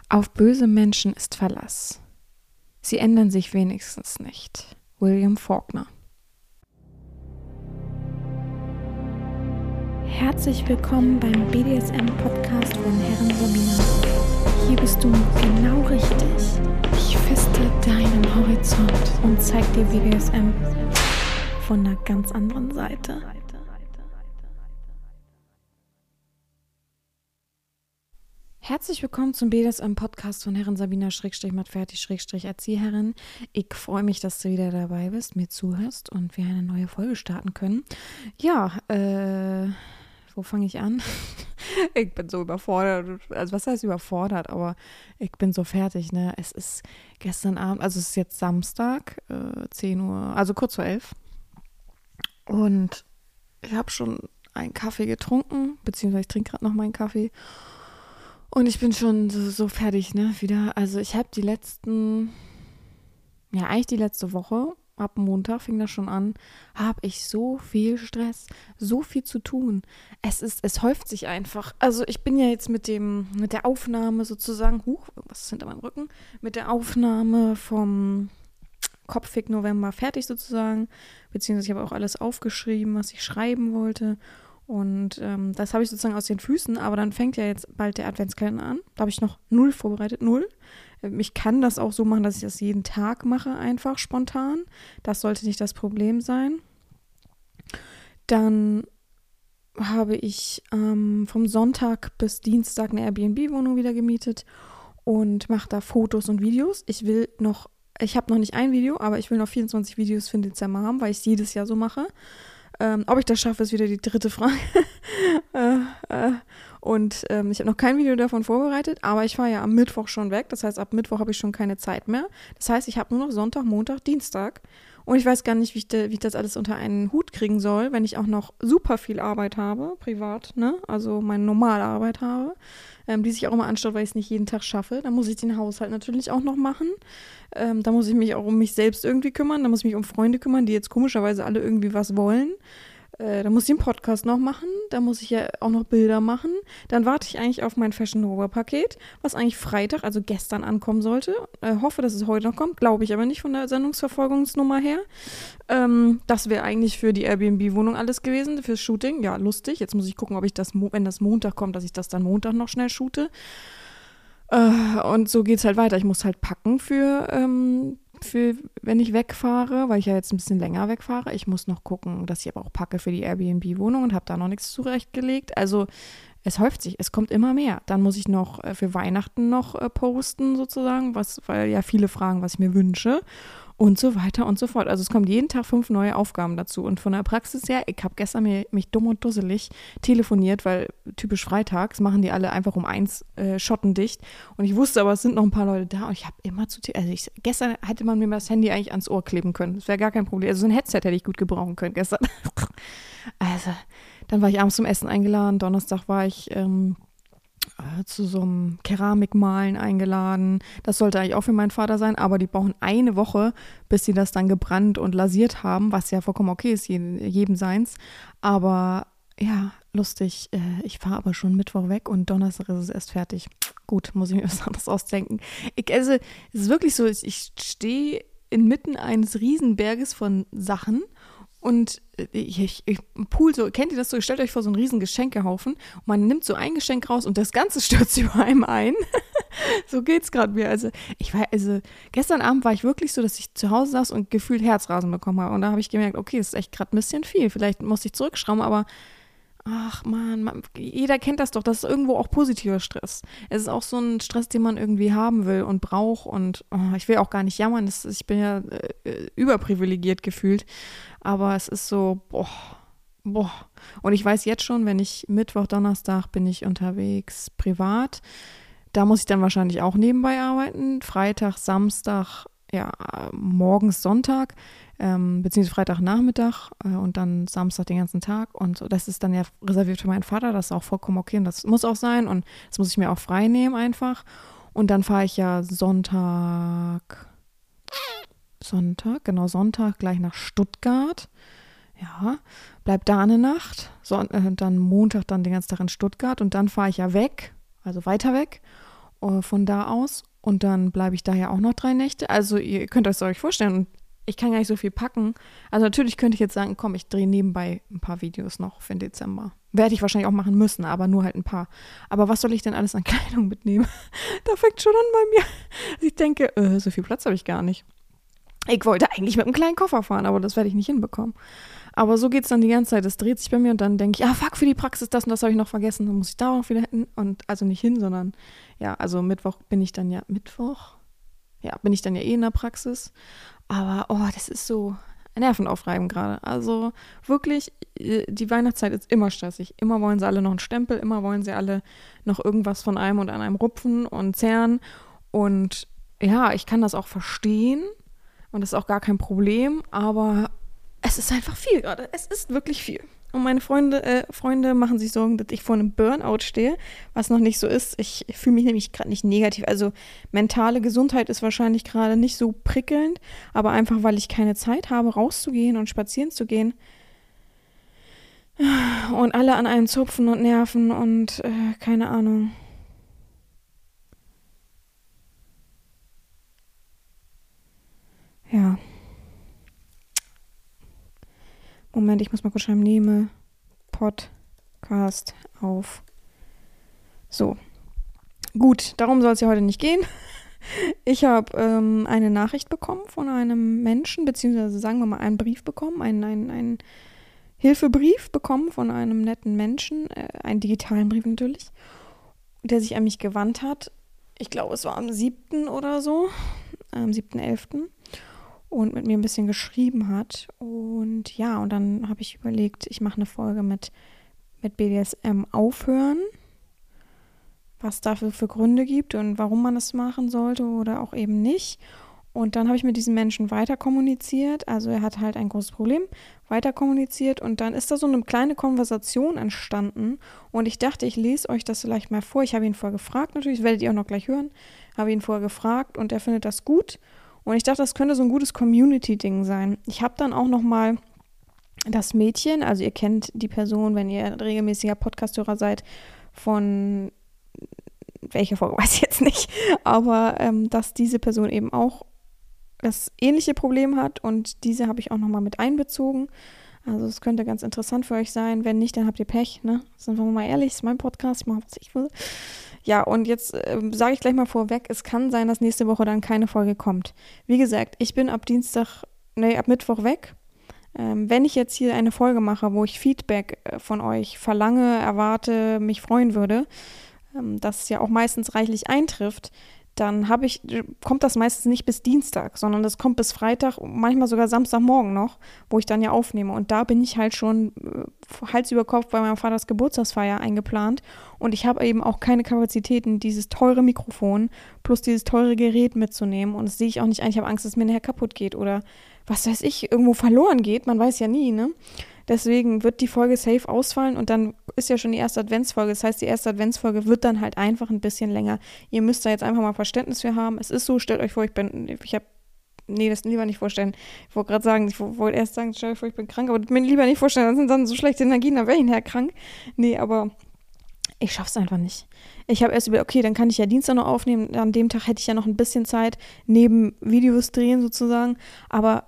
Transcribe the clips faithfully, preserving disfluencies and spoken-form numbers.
Auf böse Menschen ist Verlass. Sie ändern sich wenigstens nicht. William Faulkner. Herzlich willkommen beim B D S M-Podcast von Herren Sabina. Hier bist du genau richtig. Ich feste deinen Horizont und zeig dir B D S M von einer ganz anderen Seite. Herzlich willkommen zum B D S M-Podcast von Herren Sabina Schrägstrich Mattfertig Schrägstrich Erzieherin. Ich freue mich, dass du wieder dabei bist, mir zuhörst und wir eine neue Folge starten können. Ja, äh, wo fange ich an? Ich bin so überfordert, also was heißt überfordert, aber ich bin so fertig, ne? Es ist gestern Abend, also es ist jetzt Samstag, äh, zehn Uhr, also kurz vor elf und ich habe schon einen Kaffee getrunken, beziehungsweise ich trinke gerade noch meinen Kaffee. Und ich bin schon so, so fertig, ne, wieder. Also ich habe die letzten, ja eigentlich die letzte Woche, ab Montag fing das schon an, habe ich so viel Stress, so viel zu tun. Es ist, es häuft sich einfach. Also ich bin ja jetzt mit dem, mit der Aufnahme sozusagen, huch, was ist hinter meinem Rücken, mit der Aufnahme vom Kopfweg November fertig sozusagen, beziehungsweise ich habe auch alles aufgeschrieben, was ich schreiben wollte. Und ähm, das habe ich sozusagen aus den Füßen, aber dann fängt ja jetzt bald der Adventskalender an. Da habe ich noch null vorbereitet, null. Ich kann das auch so machen, dass ich das jeden Tag mache, einfach spontan. Das sollte nicht das Problem sein. Dann habe ich ähm, vom Sonntag bis Dienstag eine Airbnb-Wohnung wieder gemietet und mache da Fotos und Videos. Ich will noch, ich habe noch nicht ein Video, aber ich will noch vierundzwanzig Videos für den Dezember haben, weil ich es jedes Jahr so mache. Ähm, ob ich das schaffe, ist wieder die dritte Frage. äh, äh, und ähm, ich habe noch kein Video davon vorbereitet, aber ich fahre ja am Mittwoch schon weg. Das heißt, ab Mittwoch habe ich schon keine Zeit mehr. Das heißt, ich habe nur noch Sonntag, Montag, Dienstag. Und ich weiß gar nicht, wie ich, de, wie ich das alles unter einen Hut kriegen soll, wenn ich auch noch super viel Arbeit habe, privat, ne? Also meine normale Arbeit habe, ähm, die sich auch immer anstaut, weil ich es nicht jeden Tag schaffe. Dann muss ich den Haushalt natürlich auch noch machen. Ähm, da muss ich mich auch um mich selbst irgendwie kümmern. Da muss ich mich um Freunde kümmern, die jetzt komischerweise alle irgendwie was wollen. Äh, da muss ich einen Podcast noch machen. Da muss ich ja auch noch Bilder machen. Dann warte ich eigentlich auf mein Fashion Nova Paket, was eigentlich Freitag, also gestern ankommen sollte. Äh, hoffe, dass es heute noch kommt. Glaube ich aber nicht von der Sendungsverfolgungsnummer her. Ähm, das wäre eigentlich für die Airbnb-Wohnung alles gewesen, fürs Shooting. Ja, lustig. Jetzt muss ich gucken, ob ich das, wenn das Montag kommt, dass ich das dann Montag noch schnell shoote. Uh, und so geht's halt weiter. Ich muss halt packen für, ähm, für, wenn ich wegfahre, weil ich ja jetzt ein bisschen länger wegfahre. Ich muss noch gucken, dass ich aber auch packe für die Airbnb-Wohnung und habe da noch nichts zurechtgelegt. Also es häuft sich, es kommt immer mehr. Dann muss ich noch äh, für Weihnachten noch äh, posten sozusagen, was, weil ja viele fragen, was ich mir wünsche. Und so weiter und so fort. Also es kommen jeden Tag fünf neue Aufgaben dazu. Und von der Praxis her, ich habe gestern mir, mich dumm und dusselig telefoniert, weil typisch freitags machen die alle einfach um eins äh, schottendicht. Und ich wusste aber, es sind noch ein paar Leute da. Und ich habe immer zu, te- also ich, gestern hätte man mir das Handy eigentlich ans Ohr kleben können. Das wäre gar kein Problem. Also so ein Headset hätte ich gut gebrauchen können gestern. Also dann war ich abends zum Essen eingeladen. Donnerstag war ich ähm, zu so einem Keramikmalen eingeladen. Das sollte eigentlich auch für meinen Vater sein, aber die brauchen eine Woche, bis sie das dann gebrannt und lasiert haben, was ja vollkommen okay ist, jedem seins. Aber ja, lustig. Ich fahre aber schon Mittwoch weg und Donnerstag ist es erst fertig. Gut, muss ich mir was anderes ausdenken. Ich, also, es ist wirklich so, ich stehe inmitten eines Riesenberges von Sachen. Und ich, ich, ich Pool so, kennt ihr das so? Stellt euch vor so einen riesen Geschenkehaufen und man nimmt so ein Geschenk raus und das Ganze stürzt über einem ein. So geht's gerade mir. Also ich war, also gestern Abend war ich wirklich so, dass ich zu Hause saß und gefühlt Herzrasen bekommen habe. Und da habe ich gemerkt, okay, das ist echt gerade ein bisschen viel. Vielleicht muss ich zurückschrauben, aber ach man, man, jeder kennt das doch, das ist irgendwo auch positiver Stress. Es ist auch so ein Stress, den man irgendwie haben will und braucht und oh, ich will auch gar nicht jammern, das, ich bin ja äh, überprivilegiert gefühlt, aber es ist so, boah, boah. Und ich weiß jetzt schon, wenn ich Mittwoch, Donnerstag bin ich unterwegs privat, da muss ich dann wahrscheinlich auch nebenbei arbeiten, Freitag, Samstag, ja, morgens, Sonntag, ähm, beziehungsweise Freitagnachmittag äh, und dann Samstag den ganzen Tag und so. Das ist dann ja reserviert für meinen Vater, das ist auch vollkommen okay und das muss auch sein und das muss ich mir auch frei nehmen einfach. Und dann fahre ich ja Sonntag, Sonntag, genau Sonntag gleich nach Stuttgart, ja, bleib da eine Nacht, so, äh, dann Montag dann den ganzen Tag in Stuttgart und dann fahre ich ja weg, also weiter weg. uh, von da aus. Und dann bleibe ich da ja auch noch drei Nächte. Also ihr könnt es euch vorstellen. Ich kann gar nicht so viel packen. Also natürlich könnte ich jetzt sagen, komm, ich drehe nebenbei ein paar Videos noch für den Dezember. Werde ich wahrscheinlich auch machen müssen, aber nur halt ein paar. Aber was soll ich denn alles an Kleidung mitnehmen? Da fängt schon an bei mir. Ich denke, äh, so viel Platz habe ich gar nicht. Ich wollte eigentlich mit einem kleinen Koffer fahren, aber das werde ich nicht hinbekommen. Aber so geht es dann die ganze Zeit. Das dreht sich bei mir und dann denke ich, ah fuck, für die Praxis, das und das habe ich noch vergessen. Dann muss ich da auch wieder hin. Und also nicht hin, sondern ja, also Mittwoch bin ich dann ja, Mittwoch? Ja, bin ich dann ja eh in der Praxis. Aber, oh, das ist so nervenaufreibend gerade. Also wirklich, die Weihnachtszeit ist immer stressig. Immer wollen sie alle noch einen Stempel, immer wollen sie alle noch irgendwas von einem und an einem rupfen und zerren. Und ja, ich kann das auch verstehen und das ist auch gar kein Problem, aber es ist einfach viel gerade. Es ist wirklich viel. Und meine Freunde, äh, Freunde machen sich Sorgen, dass ich vor einem Burnout stehe, was noch nicht so ist. Ich, ich fühle mich nämlich gerade nicht negativ. Also mentale Gesundheit ist wahrscheinlich gerade nicht so prickelnd, aber einfach, weil ich keine Zeit habe, rauszugehen und spazieren zu gehen. Und alle an einem zupfen und nerven und äh, keine Ahnung. Ja. Moment, ich muss mal kurz schreiben, nehme Podcast auf. So, gut, darum soll es ja heute nicht gehen. Ich habe ähm, eine Nachricht bekommen von einem Menschen, beziehungsweise sagen wir mal einen Brief bekommen, einen, einen, einen Hilfebrief bekommen von einem netten Menschen, äh, einen digitalen Brief natürlich, der sich an mich gewandt hat. Ich glaube, es war am siebten oder so, am siebten elften und mit mir ein bisschen geschrieben hat. Und ja, und dann habe ich überlegt, ich mache eine Folge mit, mit B D S M aufhören, was dafür für Gründe gibt und warum man es machen sollte oder auch eben nicht. Und dann habe ich mit diesem Menschen weiter kommuniziert, also er hat halt ein großes Problem, weiter kommuniziert und dann ist da so eine kleine Konversation entstanden und ich dachte, ich lese euch das vielleicht mal vor. Ich habe ihn vorher gefragt, natürlich, das werdet ihr auch noch gleich hören, habe ihn vorher gefragt und er findet das gut. Und ich dachte, das könnte so ein gutes Community-Ding sein. Ich habe dann auch noch mal das Mädchen, also ihr kennt die Person, wenn ihr regelmäßiger Podcast-Hörer seid, von welcher Folge weiß ich jetzt nicht, aber ähm, dass diese Person eben auch das ähnliche Problem hat und diese habe ich auch noch mal mit einbezogen. Also es könnte ganz interessant für euch sein. Wenn nicht, dann habt ihr Pech, ne? Sind wir mal ehrlich, ist mein Podcast, ich mache, was ich will. Ja, und jetzt äh, sage ich gleich mal vorweg, es kann sein, dass nächste Woche dann keine Folge kommt. Wie gesagt, ich bin ab Dienstag, nee, ab Mittwoch weg. Ähm, wenn ich jetzt hier eine Folge mache, wo ich Feedback äh, von euch verlange, erwarte, mich freuen würde, ähm, das ja auch meistens reichlich eintrifft, dann habe ich, kommt das meistens nicht bis Dienstag, sondern das kommt bis Freitag, manchmal sogar Samstagmorgen noch, wo ich dann ja aufnehme. Und da bin ich halt schon äh, Hals über Kopf bei meinem Vaters Geburtstagsfeier eingeplant. Und ich habe eben auch keine Kapazitäten, dieses teure Mikrofon plus dieses teure Gerät mitzunehmen. Und das sehe ich auch nicht ein. Ich habe Angst, dass es mir nachher kaputt geht oder was weiß ich, irgendwo verloren geht. Man weiß ja nie, ne? Deswegen wird die Folge safe ausfallen und dann ist ja schon die erste Adventsfolge. Das heißt, die erste Adventsfolge wird dann halt einfach ein bisschen länger. Ihr müsst da jetzt einfach mal Verständnis für haben. Es ist so, stellt euch vor, ich bin, ich habe, nee, das lieber nicht vorstellen. Ich wollte gerade sagen, ich wollte erst sagen, stellt euch vor, ich bin krank, aber mir lieber nicht vorstellen, dann sind dann so schlechte Energien, dann wäre ich nachher krank. Nee, aber ich schaff's einfach nicht. Ich habe erst überlegt, okay, dann kann ich ja Dienstag noch aufnehmen. An dem Tag hätte ich ja noch ein bisschen Zeit, neben Videos drehen sozusagen, aber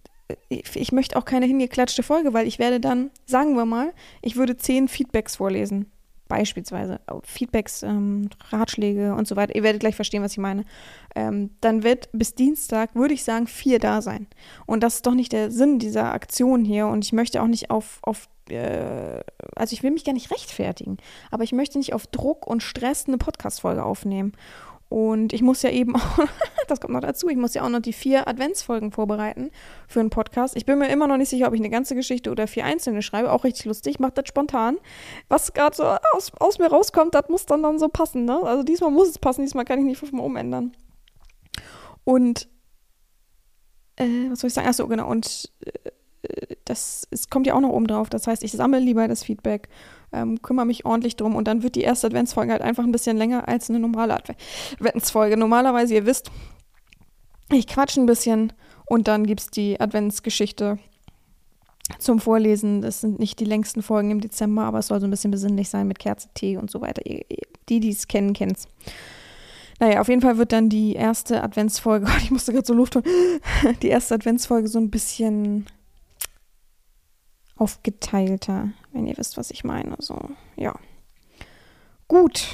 ich möchte auch keine hingeklatschte Folge, weil ich werde dann, sagen wir mal, ich würde zehn Feedbacks vorlesen. Beispielsweise Feedbacks, ähm, Ratschläge und so weiter. Ihr werdet gleich verstehen, was ich meine. Ähm, dann wird bis Dienstag, würde ich sagen, vier da sein. Und das ist doch nicht der Sinn dieser Aktion hier. Und ich möchte auch nicht auf, auf äh, also ich will mich gar nicht rechtfertigen, aber ich möchte nicht auf Druck und Stress eine Podcast-Folge aufnehmen. Und ich muss ja eben auch, das kommt noch dazu, ich muss ja auch noch die vier Adventsfolgen vorbereiten für einen Podcast. Ich bin mir immer noch nicht sicher, ob ich eine ganze Geschichte oder vier einzelne schreibe. Auch richtig lustig, ich mache das spontan. Was gerade so aus, aus mir rauskommt, das muss dann, dann so passen, ne? Also diesmal muss es passen, diesmal kann ich nicht fünfmal umändern. Und, äh, was soll ich sagen? Achso, genau, und äh, das es kommt ja auch noch oben drauf. Das heißt, ich sammle lieber das Feedback, ähm, kümmere mich ordentlich drum und dann wird die erste Adventsfolge halt einfach ein bisschen länger als eine normale Adventsfolge. Normalerweise, ihr wisst, ich quatsche ein bisschen und dann gibt es die Adventsgeschichte zum Vorlesen. Das sind nicht die längsten Folgen im Dezember, aber es soll so ein bisschen besinnlich sein mit Kerze, Tee und so weiter. Die, die es kennen, kennen es. Naja, auf jeden Fall wird dann die erste Adventsfolge, Gott, ich musste gerade so Luft holen, die erste Adventsfolge so ein bisschen aufgeteilter, wenn ihr wisst, was ich meine. So, ja. Gut.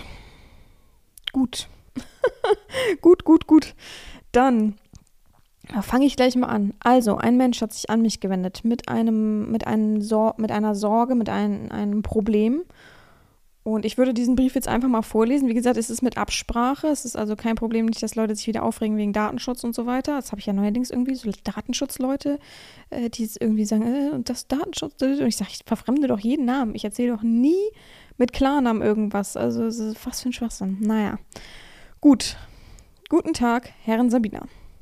Gut. gut, gut, gut. Dann fange ich gleich mal an. Also, ein Mensch hat sich an mich gewendet mit einem, mit einem Sor- mit einer Sorge, mit ein, einem Problem. Und ich würde diesen Brief jetzt einfach mal vorlesen. Wie gesagt, es ist mit Absprache. Es ist also kein Problem, nicht, dass Leute sich wieder aufregen wegen Datenschutz und so weiter. Das habe ich ja neuerdings irgendwie, so Datenschutzleute, äh, die irgendwie sagen, äh, und das Datenschutz. Und ich sage, ich verfremde doch jeden Namen. Ich erzähle doch nie mit Klarnamen irgendwas. Also, es ist was für ein Schwachsinn. Naja. Gut. Guten Tag, Herrin Sabina.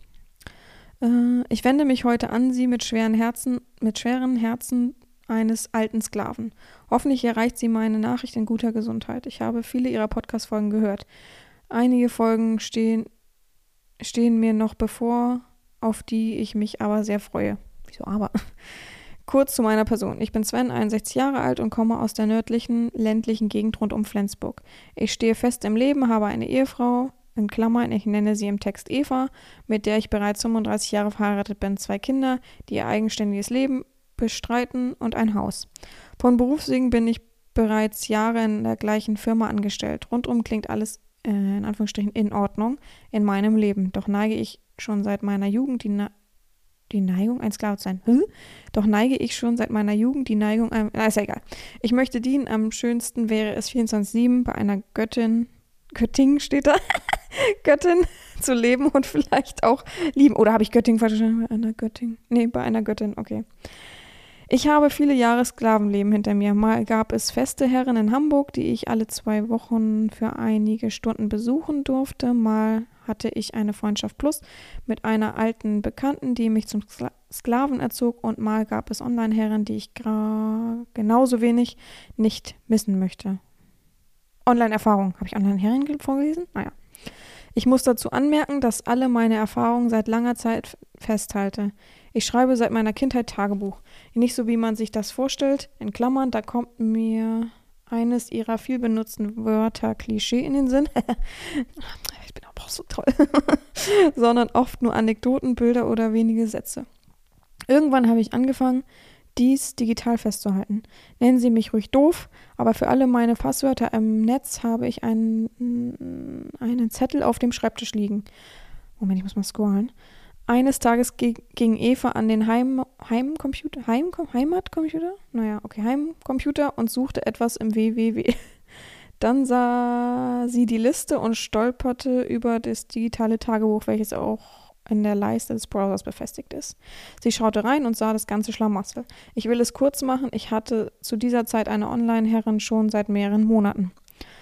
Äh, ich wende mich heute an Sie mit schweren Herzen, mit schweren Herzen eines alten Sklaven. Hoffentlich erreicht Sie meine Nachricht in guter Gesundheit. Ich habe viele Ihrer Podcast-Folgen gehört. Einige Folgen stehen, stehen mir noch bevor, auf die ich mich aber sehr freue. Wieso aber? Kurz zu meiner Person. Ich bin Sven, einundsechzig Jahre alt und komme aus der nördlichen, ländlichen Gegend rund um Flensburg. Ich stehe fest im Leben, habe eine Ehefrau, in Klammern, ich nenne sie im Text Eva, mit der ich bereits fünfunddreißig Jahre verheiratet bin, zwei Kinder, die ihr eigenständiges Leben bestreiten und ein Haus. Von Berufswegen bin ich bereits Jahre in der gleichen Firma angestellt. Rundum klingt alles äh, in Anführungsstrichen in Ordnung in meinem Leben. Doch neige ich schon seit meiner Jugend die, Na- die Neigung, ein Sklave zu sein. Hm? Doch neige ich schon seit meiner Jugend die Neigung, ein, na, ist ja egal. Ich möchte dienen, am schönsten wäre es vierundzwanzig sieben bei einer Göttin, Göttingen steht da, Göttin zu leben und vielleicht auch lieben. Oder habe ich Göttingen falsch verstanden? Bei einer Göttin? Nee, bei einer Göttin, okay. Ich habe viele Jahre Sklavenleben hinter mir. Mal gab es feste Herren in Hamburg, die ich alle zwei Wochen für einige Stunden besuchen durfte. Mal hatte ich eine Freundschaft plus mit einer alten Bekannten, die mich zum Skla- Sklaven erzog. Und mal gab es Online-Herren, die ich gra- genauso wenig nicht missen möchte. Online-Erfahrung. Habe ich Online-Herren vorgelesen? Naja. Ich muss dazu anmerken, dass alle meine Erfahrungen seit langer Zeit festhalte. Ich schreibe seit meiner Kindheit Tagebuch. Nicht so, wie man sich das vorstellt. In Klammern, da kommt mir eines ihrer viel benutzten Wörter Klischee in den Sinn. Ich bin aber auch so toll. Sondern oft nur Anekdoten, Bilder oder wenige Sätze. Irgendwann habe ich angefangen, dies digital festzuhalten. Nennen Sie mich ruhig doof, aber für alle meine Passwörter im Netz habe ich einen, einen Zettel auf dem Schreibtisch liegen. Moment, ich muss mal scrollen. Eines Tages ge- ging Eva an den Heim- Heimcomputer, Heim- Heimatcomputer? Naja, okay, Heimcomputer und suchte etwas im W W W. Dann sah sie die Liste und stolperte über das digitale Tagebuch, welches auch in der Leiste des Browsers befestigt ist. Sie schaute rein und sah das ganze Schlamassel. Ich will es kurz machen, ich hatte zu dieser Zeit eine Online-Herrin schon seit mehreren Monaten.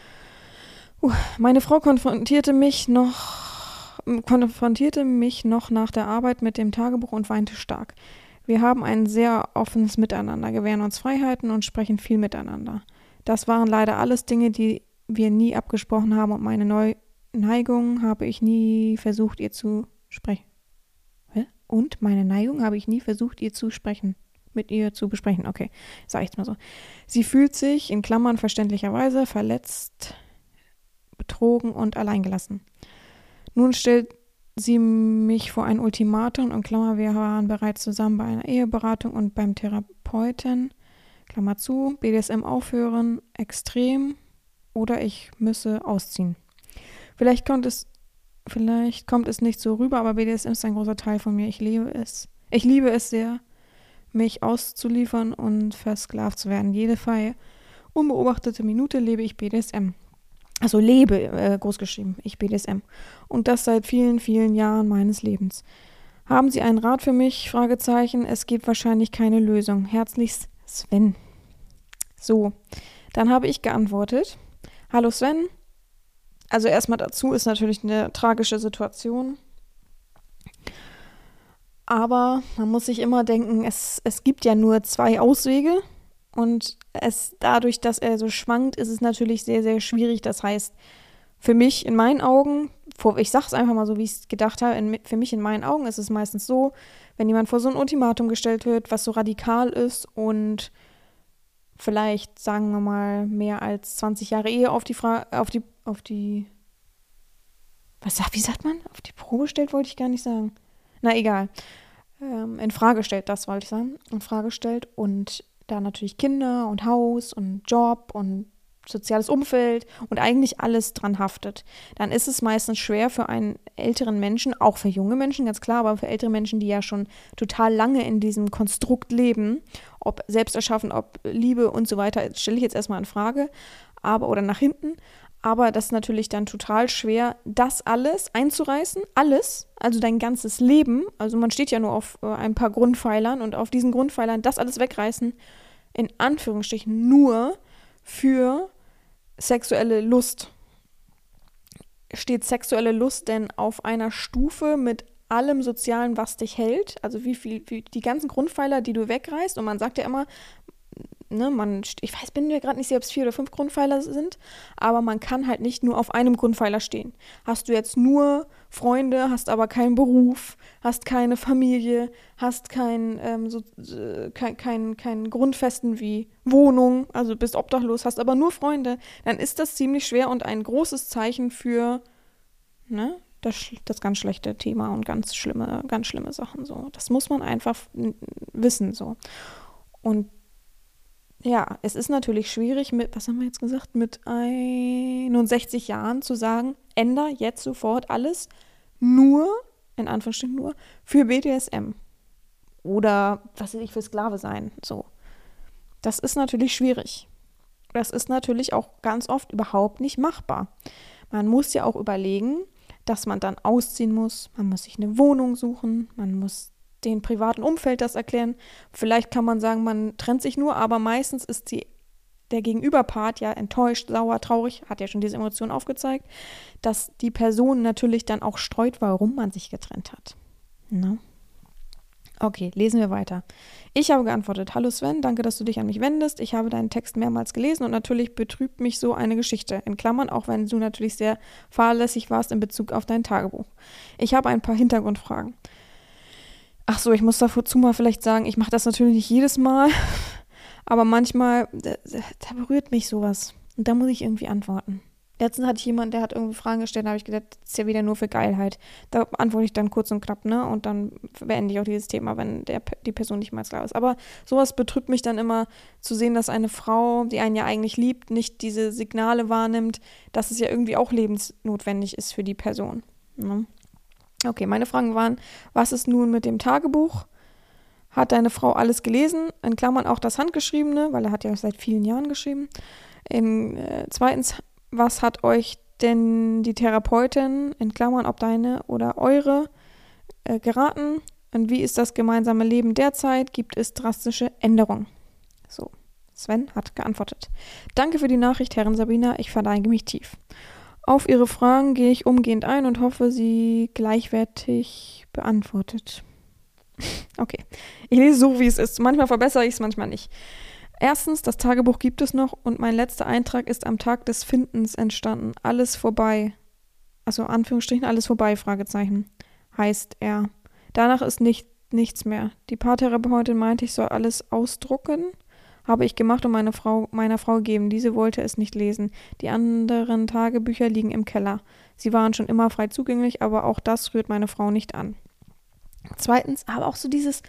Uh, meine Frau konfrontierte mich noch, konfrontierte mich noch nach der Arbeit mit dem Tagebuch und weinte stark. Wir haben ein sehr offenes Miteinander, gewähren uns Freiheiten und sprechen viel miteinander. Das waren leider alles Dinge, die wir nie abgesprochen haben und meine Neu- Neigung habe ich nie versucht, ihr zu sprechen. Hä? Und meine Neigung habe ich nie versucht, ihr zu sprechen. Mit ihr zu besprechen. Okay, sag ich mal so. Sie fühlt sich, in Klammern verständlicherweise, verletzt, betrogen und alleingelassen. Nun stellt sie mich vor ein Ultimatum, in Klammer, wir waren bereits zusammen bei einer Eheberatung und beim Therapeuten, Klammer zu, B D S M aufhören, extrem, oder ich müsse ausziehen. Vielleicht kommt es Vielleicht kommt es nicht so rüber, aber B D S M ist ein großer Teil von mir. Ich liebe es. Ich liebe es sehr, mich auszuliefern und versklavt zu werden. Jede freie, unbeobachtete Minute lebe ich B D S M. Also lebe, äh, großgeschrieben, ich B D S M. Und das seit vielen, vielen Jahren meines Lebens. Haben Sie einen Rat für mich? Fragezeichen. Es gibt wahrscheinlich keine Lösung. Herzlichst, Sven. So, dann habe ich geantwortet. Hallo Sven. Also erstmal dazu ist natürlich eine tragische Situation. Aber man muss sich immer denken, es, es gibt ja nur zwei Auswege. Und es dadurch, dass er so schwankt, ist es natürlich sehr, sehr schwierig. Das heißt, für mich in meinen Augen, ich sage es einfach mal so, wie ich es gedacht habe, in, für mich in meinen Augen ist es meistens so, wenn jemand vor so ein Ultimatum gestellt wird, was so radikal ist und vielleicht, sagen wir mal, mehr als zwanzig Jahre Ehe auf die Fra- auf die, auf die, was sagt, wie sagt man? Auf die Probe stellt, wollte ich gar nicht sagen. Na, egal. Ähm, in Frage stellt, das wollte ich sagen. In Frage stellt und da natürlich Kinder und Haus und Job und soziales Umfeld und eigentlich alles dran haftet. Dann ist es meistens schwer für einen älteren Menschen, auch für junge Menschen, ganz klar, aber für ältere Menschen, die ja schon total lange in diesem Konstrukt leben, ob selbst erschaffen, ob Liebe und so weiter, stelle ich jetzt erstmal in Frage, aber oder nach hinten. Aber das ist natürlich dann total schwer, das alles einzureißen, alles, also dein ganzes Leben, also man steht ja nur auf äh, ein paar Grundpfeilern und auf diesen Grundpfeilern das alles wegreißen, in Anführungsstrichen nur für sexuelle Lust. Steht sexuelle Lust denn auf einer Stufe mit allem Sozialen, was dich hält? Also wie viel, wie die ganzen Grundpfeiler, die du wegreißt, und man sagt ja immer, ne, man, ich weiß, bin mir gerade nicht sicher, ob es vier oder fünf Grundpfeiler sind, aber man kann halt nicht nur auf einem Grundpfeiler stehen. Hast du jetzt nur Freunde, hast aber keinen Beruf, hast keine Familie, hast keinen ähm, so, äh, kein, kein, kein Grundfesten wie Wohnung, also bist obdachlos, hast aber nur Freunde, dann ist das ziemlich schwer und ein großes Zeichen für, ne, das, das ganz schlechte Thema und ganz schlimme, ganz schlimme Sachen so. Das muss man einfach wissen so. Und ja, es ist natürlich schwierig mit, was haben wir jetzt gesagt, mit einundsechzig Jahren zu sagen, änder jetzt sofort alles nur, in Anführungsstrichen nur, für B D S M. Oder, was weiß ich, für Sklave sein, so. Das ist natürlich schwierig. Das ist natürlich auch ganz oft überhaupt nicht machbar. Man muss ja auch überlegen, dass man dann ausziehen muss, man muss sich eine Wohnung suchen, man muss den privaten Umfeld das erklären. Vielleicht kann man sagen, man trennt sich nur, aber meistens ist die, der Gegenüberpart ja enttäuscht, sauer, traurig, hat ja schon diese Emotionen aufgezeigt, dass die Person natürlich dann auch streut, warum man sich getrennt hat. No? Okay, lesen wir weiter. Ich habe geantwortet, hallo Sven, danke, dass du dich an mich wendest. Ich habe deinen Text mehrmals gelesen und natürlich betrübt mich so eine Geschichte. In Klammern, auch wenn du natürlich sehr fahrlässig warst in Bezug auf dein Tagebuch. Ich habe ein paar Hintergrundfragen. Ach so, ich muss dazu mal vielleicht sagen, ich mache das natürlich nicht jedes Mal, aber manchmal, da, da berührt mich sowas und da muss ich irgendwie antworten. Letztens hatte ich jemanden, der hat irgendwie Fragen gestellt, da habe ich gedacht, das ist ja wieder nur für Geilheit. Da antworte ich dann kurz und knapp, ne, und dann beende ich auch dieses Thema, wenn der, die Person nicht mal klar ist. Aber sowas betrübt mich dann immer, zu sehen, dass eine Frau, die einen ja eigentlich liebt, nicht diese Signale wahrnimmt, dass es ja irgendwie auch lebensnotwendig ist für die Person, ne? Okay, meine Fragen waren, was ist nun mit dem Tagebuch? Hat deine Frau alles gelesen? In Klammern auch das Handgeschriebene, weil er hat ja seit vielen Jahren geschrieben. In, äh, zweitens, was hat euch denn die Therapeutin, in Klammern ob deine oder eure, äh, geraten? Und wie ist das gemeinsame Leben derzeit? Gibt es drastische Änderungen? So, Sven hat geantwortet. Danke für die Nachricht, Herrin Sabina, ich verneige mich tief. Auf Ihre Fragen gehe ich umgehend ein und hoffe, sie gleichwertig beantwortet. Okay, ich lese so, wie es ist. Manchmal verbessere ich es, manchmal nicht. Erstens, das Tagebuch gibt es noch und mein letzter Eintrag ist am Tag des Findens entstanden. Alles vorbei. Also Anführungsstrichen, alles vorbei, Fragezeichen. Heißt er. Danach ist nicht, nichts mehr. Die Paartherapeutin meinte, ich soll alles ausdrucken. Habe ich gemacht und meine Frau, meiner Frau gegeben. Diese wollte es nicht lesen. Die anderen Tagebücher liegen im Keller. Sie waren schon immer frei zugänglich, aber auch das rührt meine Frau nicht an. Zweitens, aber auch so dieses,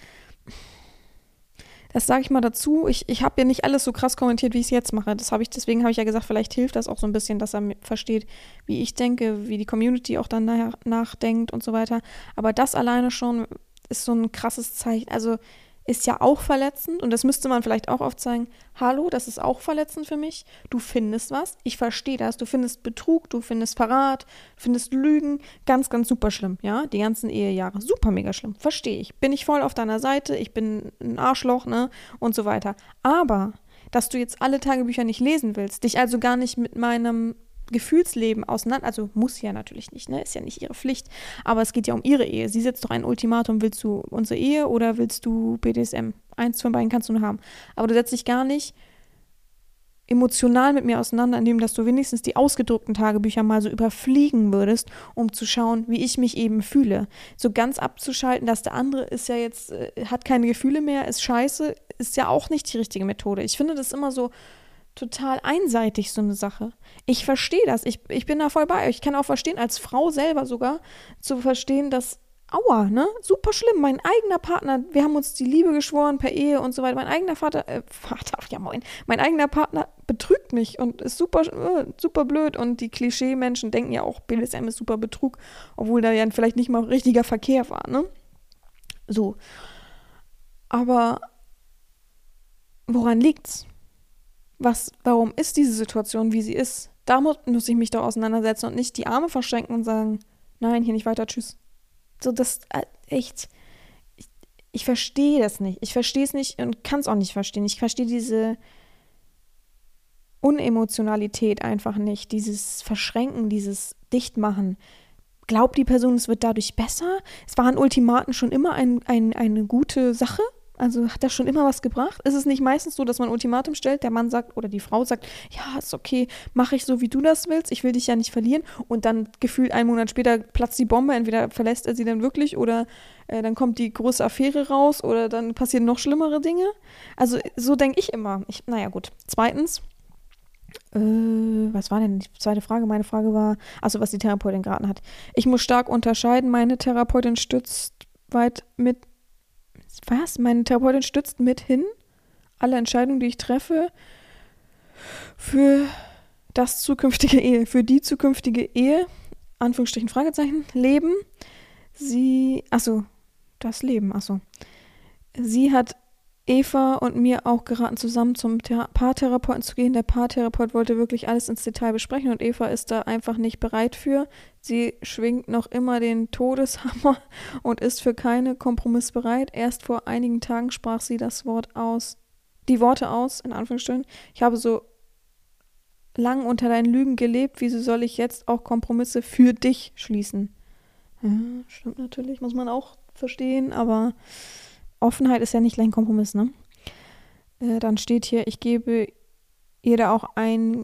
das sage ich mal dazu, ich, ich habe ja nicht alles so krass kommentiert, wie ich es jetzt mache. Das habe ich, deswegen habe ich ja gesagt, vielleicht hilft das auch so ein bisschen, dass er versteht, wie ich denke, wie die Community auch dann nach, nachdenkt und so weiter. Aber das alleine schon ist so ein krasses Zeichen. Also ist ja auch verletzend und das müsste man vielleicht auch oft sagen, hallo, das ist auch verletzend für mich, du findest was, ich verstehe das, du findest Betrug, du findest Verrat, findest Lügen, ganz, ganz super schlimm, ja, die ganzen Ehejahre, super mega schlimm, verstehe ich, bin ich voll auf deiner Seite, ich bin ein Arschloch, ne, und so weiter, aber, dass du jetzt alle Tagebücher nicht lesen willst, dich also gar nicht mit meinem Gefühlsleben auseinander, also muss ja natürlich nicht, ne, ist ja nicht ihre Pflicht, aber es geht ja um ihre Ehe. Sie setzt doch ein Ultimatum, willst du unsere Ehe oder willst du B D S M? Eins von beiden kannst du nur haben. Aber du setzt dich gar nicht emotional mit mir auseinander, indem dass du wenigstens die ausgedruckten Tagebücher mal so überfliegen würdest, um zu schauen, wie ich mich eben fühle. So ganz abzuschalten, dass der andere ist ja jetzt, äh, hat keine Gefühle mehr, ist scheiße, ist ja auch nicht die richtige Methode. Ich finde das immer so total einseitig, so eine Sache. Ich verstehe das. Ich, ich bin da voll bei euch. Ich kann auch verstehen, als Frau selber sogar, zu verstehen, dass, aua, ne? Super schlimm. Mein eigener Partner, wir haben uns die Liebe geschworen per Ehe und so weiter. Mein eigener Vater, äh, Vater, ja moin, mein eigener Partner betrügt mich und ist super, äh, super blöd. Und die Klischee-Menschen denken ja auch, B D S M ist super Betrug, obwohl da ja vielleicht nicht mal richtiger Verkehr war, ne? So. Aber woran liegt's? Was, warum ist diese Situation, wie sie ist? Da muss, muss ich mich doch auseinandersetzen und nicht die Arme verschränken und sagen, nein, hier nicht weiter, tschüss. So, das, äh, echt, ich, ich verstehe das nicht. Ich verstehe es nicht und kann es auch nicht verstehen. Ich verstehe diese Unemotionalität einfach nicht, dieses Verschränken, dieses Dichtmachen. Glaubt die Person, es wird dadurch besser? Es waren Ultimaten schon immer ein, ein, eine gute Sache? Also hat das schon immer was gebracht? Ist es nicht meistens so, dass man ein Ultimatum stellt, der Mann sagt oder die Frau sagt, ja, ist okay, mache ich so, wie du das willst, ich will dich ja nicht verlieren und dann gefühlt einen Monat später platzt die Bombe, entweder verlässt er sie dann wirklich oder äh, dann kommt die große Affäre raus oder dann passieren noch schlimmere Dinge. Also so denke ich immer. Ich, naja gut. Zweitens, äh, was war denn die zweite Frage? Meine Frage war, also was die Therapeutin geraten hat. Ich muss stark unterscheiden, meine Therapeutin stützt weit mit Was? Meine Therapeutin stützt mithin alle Entscheidungen, die ich treffe, für das zukünftige Ehe, für die zukünftige Ehe, Anführungsstrichen, Fragezeichen, Leben. Sie, achso, das Leben, achso. Sie hat Eva und mir auch geraten, zusammen zum Thera- Paartherapeuten zu gehen. Der Paartherapeut wollte wirklich alles ins Detail besprechen und Eva ist da einfach nicht bereit für. Sie schwingt noch immer den Todeshammer und ist für keine Kompromiss bereit. Erst vor einigen Tagen sprach sie das Wort aus, die Worte aus, in Anführungsstrichen. Ich habe so lang unter deinen Lügen gelebt, wieso soll ich jetzt auch Kompromisse für dich schließen? Ja, stimmt natürlich, muss man auch verstehen, aber Offenheit ist ja nicht gleich ein Kompromiss, ne? Äh, dann steht hier, ich gebe ihr da auch ein,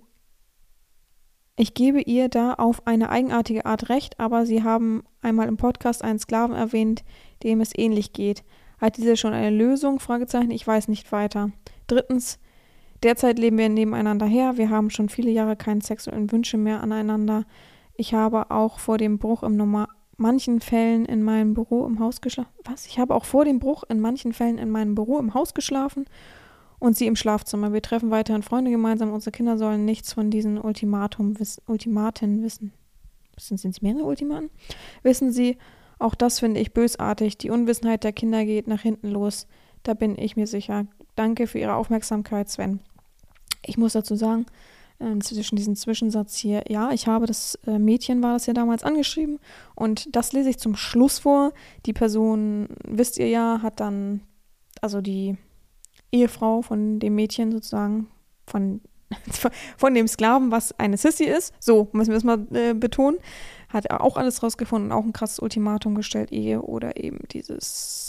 ich gebe ihr da auf eine eigenartige Art recht, aber sie haben einmal im Podcast einen Sklaven erwähnt, dem es ähnlich geht. Hat diese schon eine Lösung? Fragezeichen, ich weiß nicht weiter. Drittens, derzeit leben wir nebeneinander her. Wir haben schon viele Jahre keine sexuellen Wünsche mehr aneinander. Ich habe auch vor dem Bruch im Normal manchen Fällen in meinem Büro im Haus geschlafen. Was? Ich habe auch vor dem Bruch in manchen Fällen in meinem Büro im Haus geschlafen und sie im Schlafzimmer. Wir treffen weiterhin Freunde gemeinsam. Unsere Kinder sollen nichts von diesen Ultimatum wiss- Ultimaten wissen. Sind es mehrere Ultimaten? Wissen Sie, auch das finde ich bösartig. Die Unwissenheit der Kinder geht nach hinten los. Da bin ich mir sicher. Danke für Ihre Aufmerksamkeit, Sven. Ich muss dazu sagen, zwischen diesen Zwischensatz hier, ja, ich habe das äh, Mädchen, war das ja damals angeschrieben und das lese ich zum Schluss vor. Die Person, wisst ihr ja, hat dann, also die Ehefrau von dem Mädchen sozusagen, von, von dem Sklaven, was eine Sissy ist, so müssen wir es mal äh, betonen, hat auch alles rausgefunden, auch ein krasses Ultimatum gestellt, Ehe oder eben dieses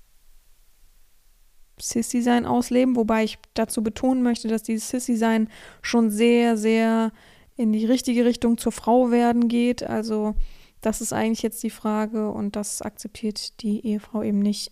Sissy-Sein ausleben, wobei ich dazu betonen möchte, dass dieses Sissy-Sein schon sehr, sehr in die richtige Richtung zur Frau werden geht. Also das ist eigentlich jetzt die Frage und das akzeptiert die Ehefrau eben nicht.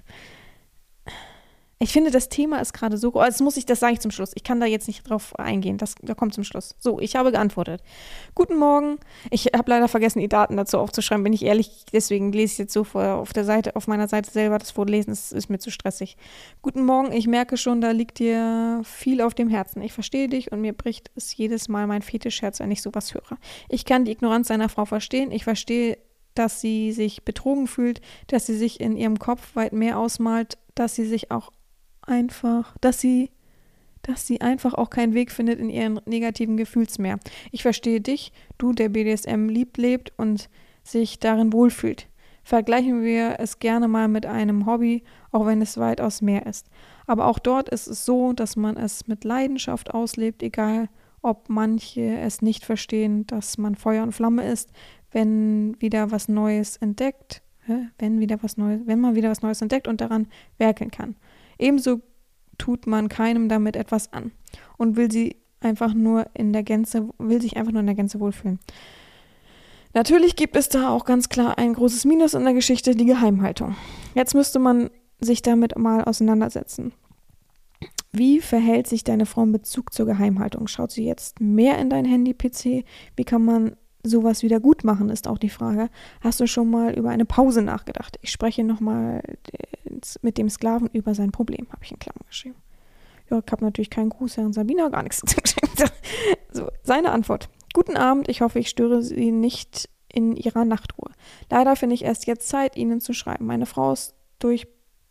Ich finde, das Thema ist gerade so, das muss ich, das sage ich zum Schluss. Ich kann da jetzt nicht drauf eingehen, das, das kommt zum Schluss. So, ich habe geantwortet. Guten Morgen. Ich habe leider vergessen, die Daten dazu aufzuschreiben, bin ich ehrlich. Deswegen lese ich jetzt so vor, auf der Seite, auf meiner Seite selber das vorlesen, das ist mir zu stressig. Guten Morgen, ich merke schon, da liegt dir viel auf dem Herzen. Ich verstehe dich und mir bricht es jedes Mal mein Fetischherz, wenn ich sowas höre. Ich kann die Ignoranz seiner Frau verstehen. Ich verstehe, dass sie sich betrogen fühlt, dass sie sich in ihrem Kopf weit mehr ausmalt, dass sie sich auch einfach, dass sie, dass sie einfach auch keinen Weg findet in ihren negativen Gefühlsmeer. Ich verstehe dich, du, der B D S M liebt, lebt und sich darin wohlfühlt. Vergleichen wir es gerne mal mit einem Hobby, auch wenn es weitaus mehr ist. Aber auch dort ist es so, dass man es mit Leidenschaft auslebt, egal ob manche es nicht verstehen, dass man Feuer und Flamme ist, wenn wieder was Neues entdeckt, wenn wieder was Neues, wenn man wieder was Neues entdeckt und daran werkeln kann. Ebenso tut man keinem damit etwas an und will sie einfach nur in der Gänze, will sich einfach nur in der Gänze wohlfühlen. Natürlich gibt es da auch ganz klar ein großes Minus in der Geschichte, die Geheimhaltung. Jetzt müsste man sich damit mal auseinandersetzen. Wie verhält sich deine Frau in Bezug zur Geheimhaltung? Schaut sie jetzt mehr in dein Handy-P C? Wie kann man sowas wieder gut machen, ist auch die Frage. Hast du schon mal über eine Pause nachgedacht? Ich spreche nochmal mit dem Sklaven über sein Problem, habe ich in Klammern geschrieben. Ja, ich habe natürlich keinen Gruß, Herrn Sabina, gar nichts geschenkt. So, seine Antwort. Guten Abend, ich hoffe, ich störe Sie nicht in Ihrer Nachtruhe. Leider finde ich erst jetzt Zeit, Ihnen zu schreiben. Meine Frau ist durch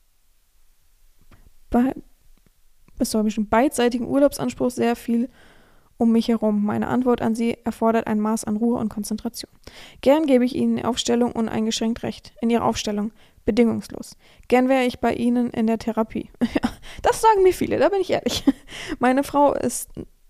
be- bestimmt beidseitigen Urlaubsanspruch sehr viel um mich herum. Meine Antwort an Sie erfordert ein Maß an Ruhe und Konzentration. Gern gebe ich Ihnen Aufstellung uneingeschränkt Recht. In Ihrer Aufstellung. Bedingungslos. Gern wäre ich bei Ihnen in der Therapie. Das sagen mir viele, da bin ich ehrlich. Meine Frau ist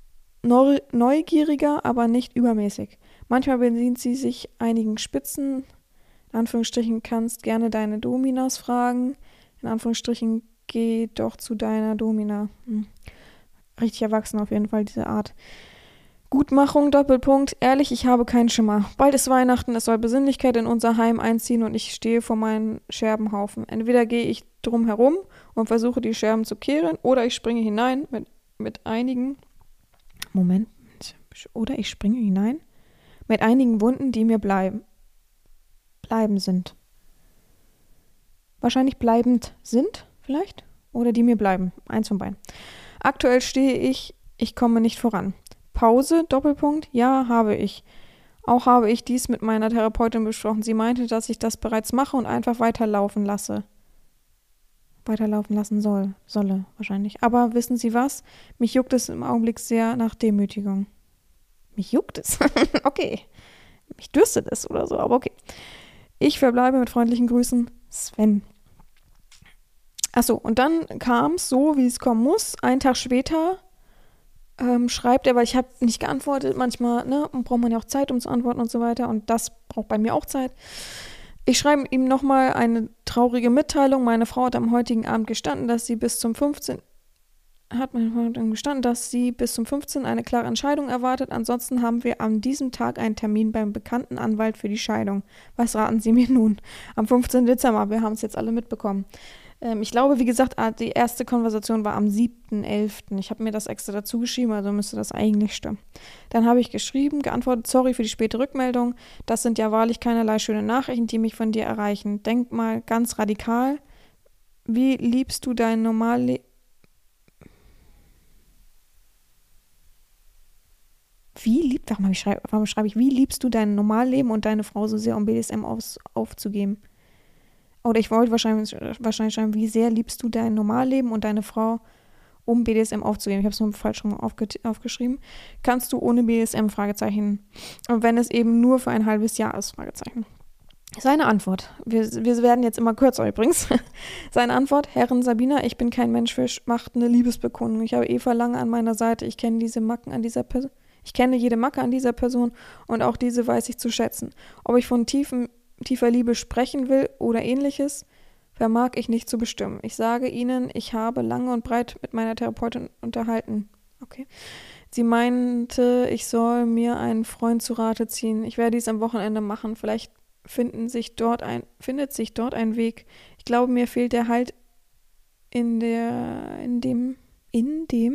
neugieriger, aber nicht übermäßig. Manchmal bedient sie sich einigen Spitzen. In Anführungsstrichen kannst gerne deine Dominas fragen. In Anführungsstrichen geh doch zu deiner Domina. Hm. Richtig erwachsen auf jeden Fall, diese Art. Gutmachung, Doppelpunkt. Ehrlich, ich habe keinen Schimmer. Bald ist Weihnachten, es soll Besinnlichkeit in unser Heim einziehen und ich stehe vor meinem Scherbenhaufen. Entweder gehe ich drum herum und versuche die Scherben zu kehren oder ich springe hinein mit, mit einigen... Moment. Oder ich springe hinein mit einigen Wunden, die mir bleiben. Bleiben sind. Wahrscheinlich bleibend sind, vielleicht? Oder die mir bleiben. Eins von beiden. Aktuell stehe ich, ich komme nicht voran. Pause, Doppelpunkt, ja, habe ich. Auch habe ich dies mit meiner Therapeutin besprochen. Sie meinte, dass ich das bereits mache und einfach weiterlaufen lasse. Weiterlaufen lassen soll, solle wahrscheinlich. Aber wissen Sie was? Mich juckt es im Augenblick sehr nach Demütigung. Mich juckt es? Okay. Mich dürstet es oder so, aber okay. Ich verbleibe mit freundlichen Grüßen, Sven. Achso, und dann kam es so, wie es kommen muss. Einen Tag später ähm, schreibt er, weil ich habe nicht geantwortet. Manchmal ne, braucht man ja auch Zeit, um zu antworten und so weiter. Und das braucht bei mir auch Zeit. Ich schreibe ihm nochmal eine traurige Mitteilung. Meine Frau hat am heutigen Abend gestanden, dass sie bis zum fünfzehnten hat meine Frau dann gestanden, dass sie bis zum fünfzehnten eine klare Entscheidung erwartet. Ansonsten haben wir an diesem Tag einen Termin beim bekannten Anwalt für die Scheidung. Was raten Sie mir nun? Am fünfzehnten Dezember, wir haben es jetzt alle mitbekommen. Ähm, ich glaube, wie gesagt, die erste Konversation war am siebten elften Ich habe mir das extra dazu geschrieben, also müsste das eigentlich stimmen. Dann habe ich geschrieben, geantwortet, sorry für die späte Rückmeldung. Das sind ja wahrlich keinerlei schöne Nachrichten, die mich von dir erreichen. Denk mal ganz radikal. Wie liebst du dein Normalleben? Wie lieb, warum, ich schreib, warum schreibe ich, wie liebst du dein Normalleben und deine Frau so sehr, um B D S M auf, aufzugeben? Oder ich wollte wahrscheinlich, wahrscheinlich schreiben, wie sehr liebst du dein Normalleben und deine Frau, um B D S M aufzugeben? Ich habe es nur falsch rum aufge, aufgeschrieben. Kannst du ohne B D S M? Fragezeichen. Und wenn es eben nur für ein halbes Jahr ist? Fragezeichen. Seine Antwort. Wir, wir werden jetzt immer kürzer übrigens. Seine Antwort, Herrin Sabina, ich bin kein Mensch für machtende Liebesbekundung. Ich habe Eva lange an meiner Seite. Ich kenne diese Macken an dieser Person. Ich kenne jede Macke an dieser Person und auch diese weiß ich zu schätzen. Ob ich von tiefen, tiefer Liebe sprechen will oder ähnliches, vermag ich nicht zu bestimmen. Ich sage Ihnen, ich habe lange und breit mit meiner Therapeutin unterhalten. Okay. Sie meinte, ich soll mir einen Freund zu Rate ziehen. Ich werde dies am Wochenende machen. Vielleicht finden sich dort ein, findet sich dort ein Weg. Ich glaube, mir fehlt der Halt in der, in dem, in dem,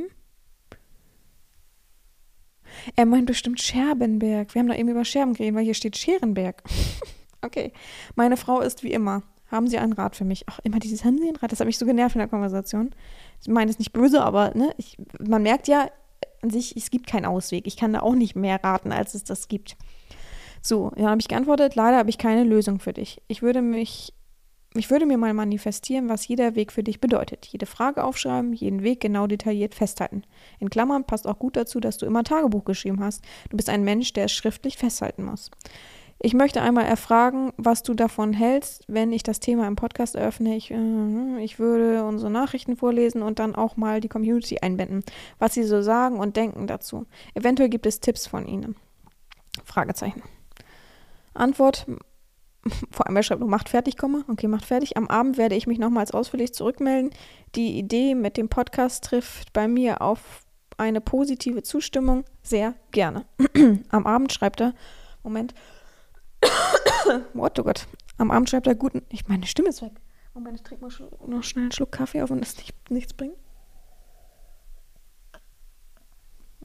er meint bestimmt Scherbenberg. Wir haben da eben über Scherben geredet, weil hier steht Scherenberg. Okay. Meine Frau ist wie immer. Haben Sie einen Rat für mich? Ach, immer dieses, haben Sie einen Rat? Das hat mich so genervt in der Konversation. Ich meine, es ist nicht böse, aber ne, ich, man merkt ja an sich, es gibt keinen Ausweg. Ich kann da auch nicht mehr raten, als es das gibt. So, dann habe ich geantwortet, leider habe ich keine Lösung für dich. Ich würde mich, ich würde mir mal manifestieren, was jeder Weg für dich bedeutet. Jede Frage aufschreiben, jeden Weg genau detailliert festhalten. In Klammern passt auch gut dazu, dass du immer Tagebuch geschrieben hast. Du bist ein Mensch, der es schriftlich festhalten muss. Ich möchte einmal erfragen, was du davon hältst, wenn ich das Thema im Podcast eröffne. Ich, äh, ich würde unsere Nachrichten vorlesen und dann auch mal die Community einbinden, was sie so sagen und denken dazu. Eventuell gibt es Tipps von ihnen. Fragezeichen. Antwort, vor allem er schreibt nur, macht fertig, Komma. Okay, macht fertig. Am Abend werde ich mich nochmals ausführlich zurückmelden. Die Idee mit dem Podcast trifft bei mir auf eine positive Zustimmung sehr gerne. Am Abend schreibt er, Moment, What, oh Gott. Am Abend schreibt er guten, ich meine Stimme ist weg. Moment, ich trinke mal noch schnell einen Schluck Kaffee auf und das nicht, nichts bringt.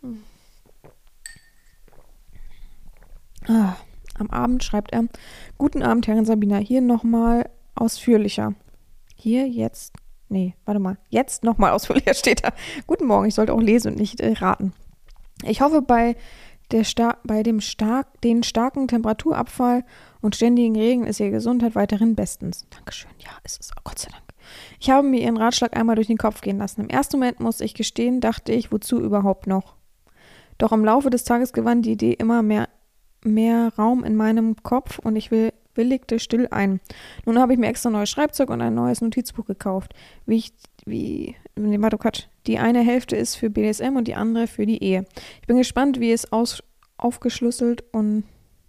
Ah, am Abend schreibt er: Guten Abend, Herrin Sabina, hier nochmal ausführlicher. Hier jetzt, nee, warte mal, jetzt nochmal ausführlicher steht da. Guten Morgen, ich sollte auch lesen und nicht äh, raten. Ich hoffe, bei, der Star- bei dem stark, den starken Temperaturabfall und ständigen Regen ist Ihre Gesundheit weiterhin bestens. Dankeschön, ja, ist es, Gott sei Dank. Ich habe mir Ihren Ratschlag einmal durch den Kopf gehen lassen. Im ersten Moment, muss ich gestehen, dachte ich, wozu überhaupt noch? Doch im Laufe des Tages gewann die Idee immer mehr mehr Raum in meinem Kopf und ich will, willigte still ein. Nun habe ich mir extra neues Schreibzeug und ein neues Notizbuch gekauft. Wie ich, wie, nee, warte, Quatsch. Die eine Hälfte ist für B D S M und die andere für die Ehe. Ich bin gespannt, wie es aus, aufgeschlüsselt und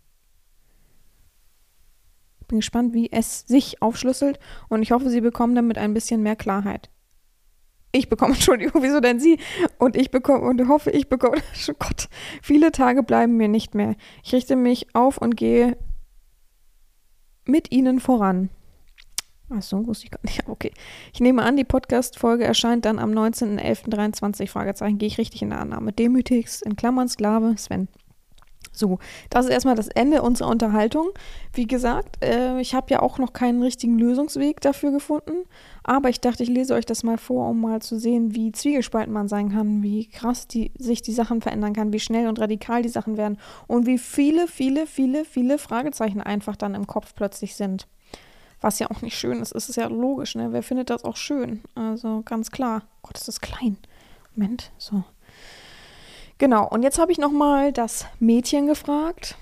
bin gespannt, wie es sich aufschlüsselt und ich hoffe, Sie bekommen damit ein bisschen mehr Klarheit. Ich bekomme, Entschuldigung, wieso denn Sie? Und ich bekomme und hoffe, ich bekomme, oh Gott, viele Tage bleiben mir nicht mehr. Ich richte mich auf und gehe mit Ihnen voran. Ach so, wusste ich gar nicht. Okay. Ich nehme an, die Podcast-Folge erscheint dann am neunzehnten elften dreiundzwanzig, Fragezeichen. Gehe ich richtig in der Annahme. Demütigst, in Klammern Sklave, Sven. So, das ist erstmal das Ende unserer Unterhaltung. Wie gesagt, äh, ich habe ja auch noch keinen richtigen Lösungsweg dafür gefunden, aber ich dachte, ich lese euch das mal vor, um mal zu sehen, wie zwiegespalten man sein kann, wie krass die, sich die Sachen verändern kann, wie schnell und radikal die Sachen werden und wie viele, viele, viele, viele Fragezeichen einfach dann im Kopf plötzlich sind. Was ja auch nicht schön ist, ist es ja logisch, ne? Wer findet das auch schön? Also ganz klar. Gott, ist das klein. Moment, so. Genau, und jetzt habe ich nochmal das Mädchen gefragt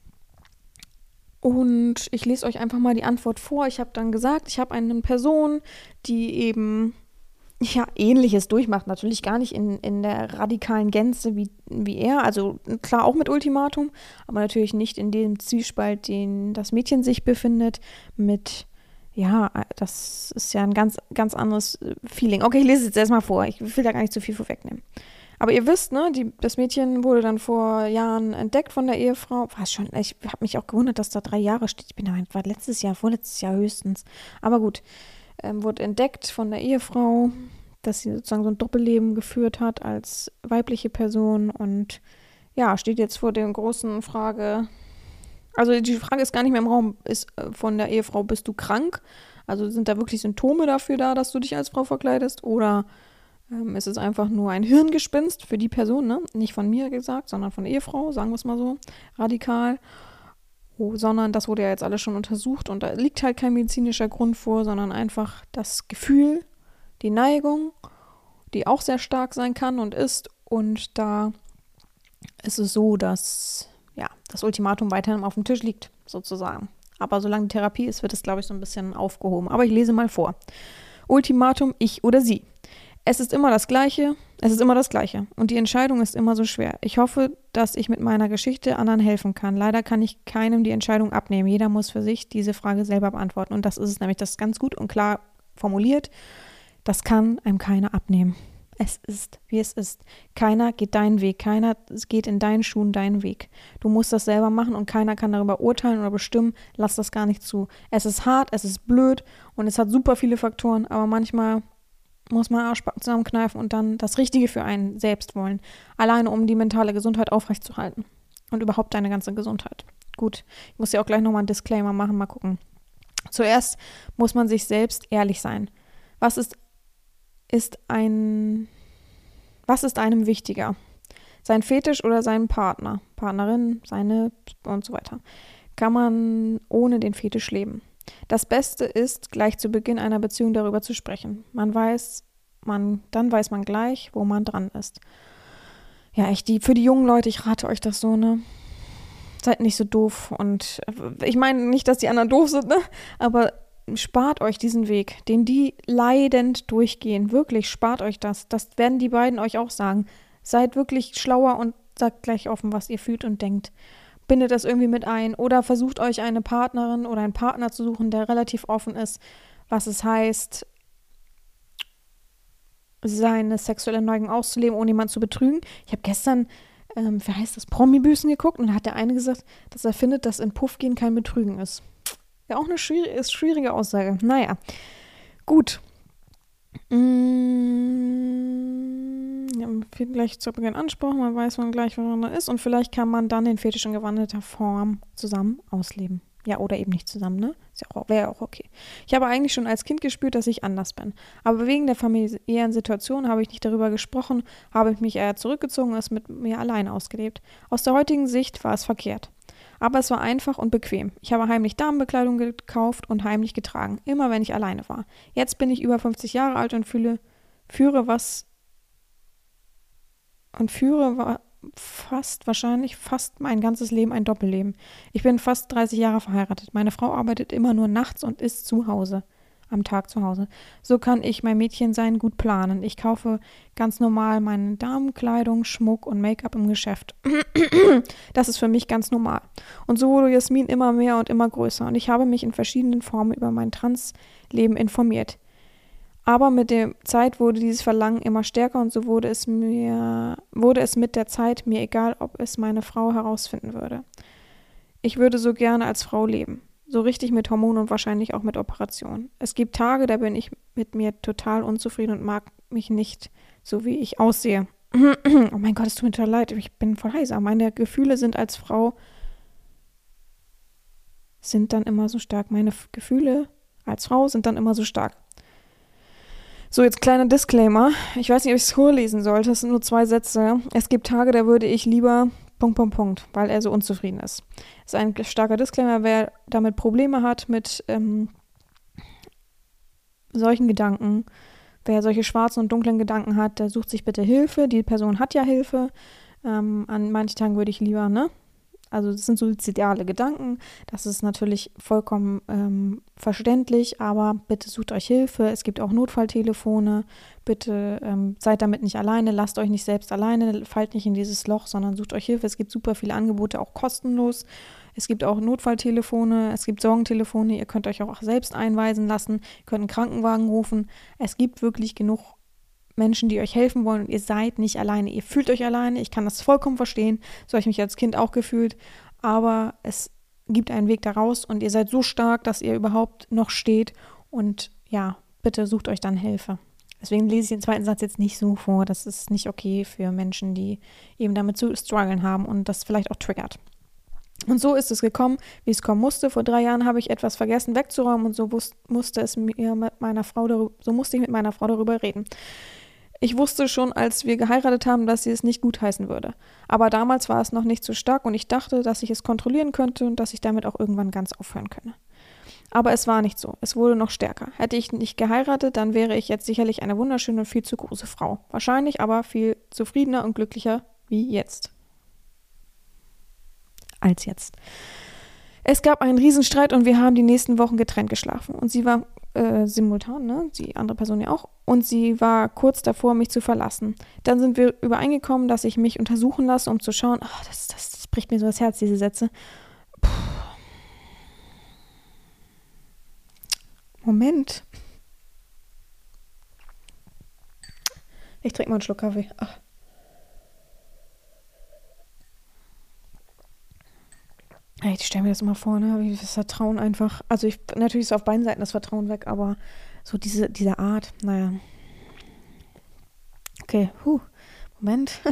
und ich lese euch einfach mal die Antwort vor. Ich habe dann gesagt, ich habe eine Person, die eben ja Ähnliches durchmacht, natürlich gar nicht in, in der radikalen Gänze wie, wie er, also klar auch mit Ultimatum, aber natürlich nicht in dem Zwiespalt, den das Mädchen sich befindet, mit, ja, das ist ja ein ganz, ganz anderes Feeling. Okay, ich lese es jetzt erstmal vor, ich will da gar nicht zu viel vorwegnehmen. Aber ihr wisst, ne, die, das Mädchen wurde dann vor Jahren entdeckt von der Ehefrau. War schon, ich habe mich auch gewundert, dass da drei Jahre steht. Ich bin da, war letztes Jahr, vorletztes Jahr höchstens. Aber gut, ähm, wurde entdeckt von der Ehefrau, dass sie sozusagen so ein Doppelleben geführt hat als weibliche Person. Und ja, steht jetzt vor der großen Frage. Also die Frage ist gar nicht mehr im Raum, ist äh, von der Ehefrau, bist du krank? Also sind da wirklich Symptome dafür da, dass du dich als Frau verkleidest? Oder Ähm, es ist einfach nur ein Hirngespinst für die Person, ne? Nicht von mir gesagt, sondern von der Ehefrau, sagen wir es mal so, radikal. Oh, sondern das wurde ja jetzt alles schon untersucht und da liegt halt kein medizinischer Grund vor, sondern einfach das Gefühl, die Neigung, die auch sehr stark sein kann und ist. Und da ist es so, dass ja, das Ultimatum weiterhin auf dem Tisch liegt, sozusagen. Aber solange die Therapie ist, wird es, glaube ich, so ein bisschen aufgehoben. Aber ich lese mal vor. Ultimatum, ich oder sie. Es ist immer das Gleiche, es ist immer das Gleiche und die Entscheidung ist immer so schwer. Ich hoffe, dass ich mit meiner Geschichte anderen helfen kann. Leider kann ich keinem die Entscheidung abnehmen. Jeder muss für sich diese Frage selber beantworten und das ist es nämlich, das ist ganz gut und klar formuliert. Das kann einem keiner abnehmen. Es ist, wie es ist. Keiner geht deinen Weg, keiner geht in deinen Schuhen deinen Weg. Du musst das selber machen und keiner kann darüber urteilen oder bestimmen. Lass das gar nicht zu. Es ist hart, es ist blöd und es hat super viele Faktoren, aber manchmal muss man Arschbacken zusammenkneifen und dann das Richtige für einen selbst wollen. Alleine, um die mentale Gesundheit aufrechtzuerhalten. Und überhaupt deine ganze Gesundheit. Gut, ich muss ja auch gleich nochmal einen Disclaimer machen, mal gucken. Zuerst muss man sich selbst ehrlich sein. Was ist, ist ein, was ist einem wichtiger? Sein Fetisch oder sein Partner? Partnerin, seine und so weiter. Kann man ohne den Fetisch leben? Das Beste ist, gleich zu Beginn einer Beziehung darüber zu sprechen. Man weiß, man, dann weiß man gleich, wo man dran ist. Ja, echt, die, für die jungen Leute, ich rate euch das so, ne? Seid nicht so doof und ich meine nicht, dass die anderen doof sind, ne? Aber spart euch diesen Weg, den die leidend durchgehen. Wirklich, spart euch das. Das werden die beiden euch auch sagen. Seid wirklich schlauer und sagt gleich offen, was ihr fühlt und denkt. Bindet das irgendwie mit ein oder versucht euch eine Partnerin oder einen Partner zu suchen, der relativ offen ist, was es heißt, seine sexuelle Neigung auszuleben, ohne jemanden zu betrügen. Ich habe gestern, ähm, wie heißt das, Promi-Büßen geguckt und da hat der eine gesagt, dass er findet, dass in Puff gehen kein Betrügen ist. Ja, auch eine schwierige, ist schwierige Aussage. Naja, gut. Mm, Ja, man wird gleich zu Beginn Anspruch, man weiß man gleich, woran man ist und vielleicht kann man dann den Fetisch in gewandelter Form zusammen ausleben. Ja, oder eben nicht zusammen, ne? Ist ja auch, wäre ja auch okay. Ich habe eigentlich schon als Kind gespürt, dass ich anders bin. Aber wegen der familiären Situation habe ich nicht darüber gesprochen, habe ich mich eher zurückgezogen und es mit mir alleine ausgelebt. Aus der heutigen Sicht war es verkehrt. Aber es war einfach und bequem. Ich habe heimlich Damenbekleidung gekauft und heimlich getragen, immer wenn ich alleine war. Jetzt bin ich über fünfzig Jahre alt und fühle, führe was und führe wa- fast, wahrscheinlich fast mein ganzes Leben ein Doppelleben. Ich bin fast dreißig Jahre verheiratet. Meine Frau arbeitet immer nur nachts und ist zu Hause, am Tag zu Hause. So kann ich mein Mädchensein gut planen. Ich kaufe ganz normal meine Damenkleidung, Schmuck und Make-up im Geschäft. Das ist für mich ganz normal. Und so wurde Jasmin immer mehr und immer größer und ich habe mich in verschiedenen Formen über mein Transleben informiert. Aber mit der Zeit wurde dieses Verlangen immer stärker und so wurde es mir, wurde es mit der Zeit mir egal, ob es meine Frau herausfinden würde. Ich würde so gerne als Frau leben. So richtig mit Hormonen und wahrscheinlich auch mit Operationen. Es gibt Tage, da bin ich mit mir total unzufrieden und mag mich nicht so, wie ich aussehe. Oh mein Gott, es tut mir total leid, ich bin voll heiser. Meine Gefühle sind als Frau, sind dann immer so stark. Meine Gefühle als Frau sind dann immer so stark. So, jetzt kleiner Disclaimer. Ich weiß nicht, ob ich es vorlesen sollte. Es sind nur zwei Sätze. Es gibt Tage, da würde ich lieber Punkt, Punkt, Punkt, weil er so unzufrieden ist. Das ist ein starker Disclaimer. Wer damit Probleme hat mit ähm, solchen Gedanken, wer solche schwarzen und dunklen Gedanken hat, der sucht sich bitte Hilfe. Die Person hat ja Hilfe. Ähm, an manchen Tagen würde ich lieber, ne? Also das sind suizidale Gedanken, das ist natürlich vollkommen ähm, verständlich, aber bitte sucht euch Hilfe. Es gibt auch Notfalltelefone, bitte ähm, seid damit nicht alleine, lasst euch nicht selbst alleine, fallt nicht in dieses Loch, sondern sucht euch Hilfe. Es gibt super viele Angebote, auch kostenlos. Es gibt auch Notfalltelefone, es gibt Sorgentelefone, ihr könnt euch auch selbst einweisen lassen, ihr könnt einen Krankenwagen rufen. Es gibt wirklich genug Menschen, die euch helfen wollen und ihr seid nicht alleine. Ihr fühlt euch alleine, ich kann das vollkommen verstehen, so habe ich mich als Kind auch gefühlt, aber es gibt einen Weg daraus und ihr seid so stark, dass ihr überhaupt noch steht und ja, bitte sucht euch dann Hilfe. Deswegen lese ich den zweiten Satz jetzt nicht so vor, das ist nicht okay für Menschen, die eben damit zu strugglen haben und das vielleicht auch triggert. Und so ist es gekommen, wie es kommen musste. Vor drei Jahren habe ich etwas vergessen wegzuräumen und so wus- musste es mir mit meiner Frau darüber, so musste ich mit meiner Frau darüber reden. Ich wusste schon, als wir geheiratet haben, dass sie es nicht gutheißen würde. Aber damals war es noch nicht so stark und ich dachte, dass ich es kontrollieren könnte und dass ich damit auch irgendwann ganz aufhören könne. Aber es war nicht so. Es wurde noch stärker. Hätte ich nicht geheiratet, dann wäre ich jetzt sicherlich eine wunderschöne und viel zu große Frau. Wahrscheinlich aber viel zufriedener und glücklicher wie jetzt. Als jetzt. Es gab einen Riesenstreit und wir haben die nächsten Wochen getrennt geschlafen. Und sie war äh, simultan, ne? Die andere Person ja auch. Und sie war kurz davor, mich zu verlassen. Dann sind wir übereingekommen, dass ich mich untersuchen lasse, um zu schauen, ach, das, das, das bricht mir so das Herz, diese Sätze. Puh. Moment. Ich trinke mal einen Schluck Kaffee. Ach. Ich stelle mir das immer vor, ne, wie das Vertrauen einfach, also ich, natürlich ist auf beiden Seiten das Vertrauen weg, aber so diese, diese Art, naja. Okay, huh, Moment.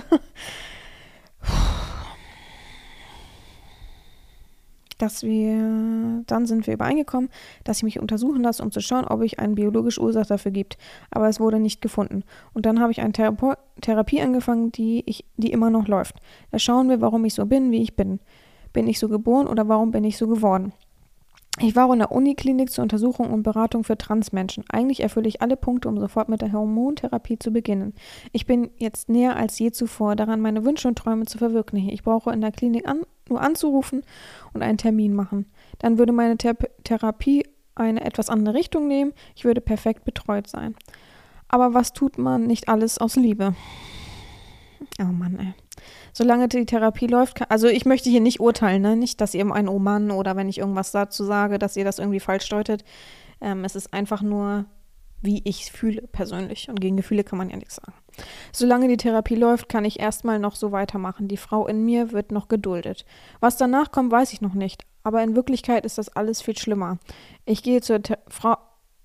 Dass wir, dann sind wir übereingekommen, dass ich mich untersuchen lasse, um zu schauen, ob es eine biologische Ursache dafür gibt. Aber es wurde nicht gefunden. Und dann habe ich eine Therapo- Therapie angefangen, die, ich, die immer noch läuft. Da schauen wir, warum ich so bin, wie ich bin. Bin ich so geboren oder warum bin ich so geworden? Ich war in der Uniklinik zur Untersuchung und Beratung für Transmenschen. Eigentlich erfülle ich alle Punkte, um sofort mit der Hormontherapie zu beginnen. Ich bin jetzt näher als je zuvor daran, meine Wünsche und Träume zu verwirklichen. Ich brauche in der Klinik an, nur anzurufen und einen Termin machen. Dann würde meine Thera- Therapie eine etwas andere Richtung nehmen. Ich würde perfekt betreut sein. Aber was tut man nicht alles aus Liebe? Oh Mann, ey. Solange die Therapie läuft, kann, also ich möchte hier nicht urteilen, ne? Nicht, dass ihr ein Oh Mann oder wenn ich irgendwas dazu sage, dass ihr das irgendwie falsch deutet. Ähm, es ist einfach nur, wie ich fühle persönlich und gegen Gefühle kann man ja nichts sagen. Solange die Therapie läuft, kann ich erstmal noch so weitermachen. Die Frau in mir wird noch geduldet. Was danach kommt, weiß ich noch nicht, aber in Wirklichkeit ist das alles viel schlimmer. Ich gehe zur The- Frau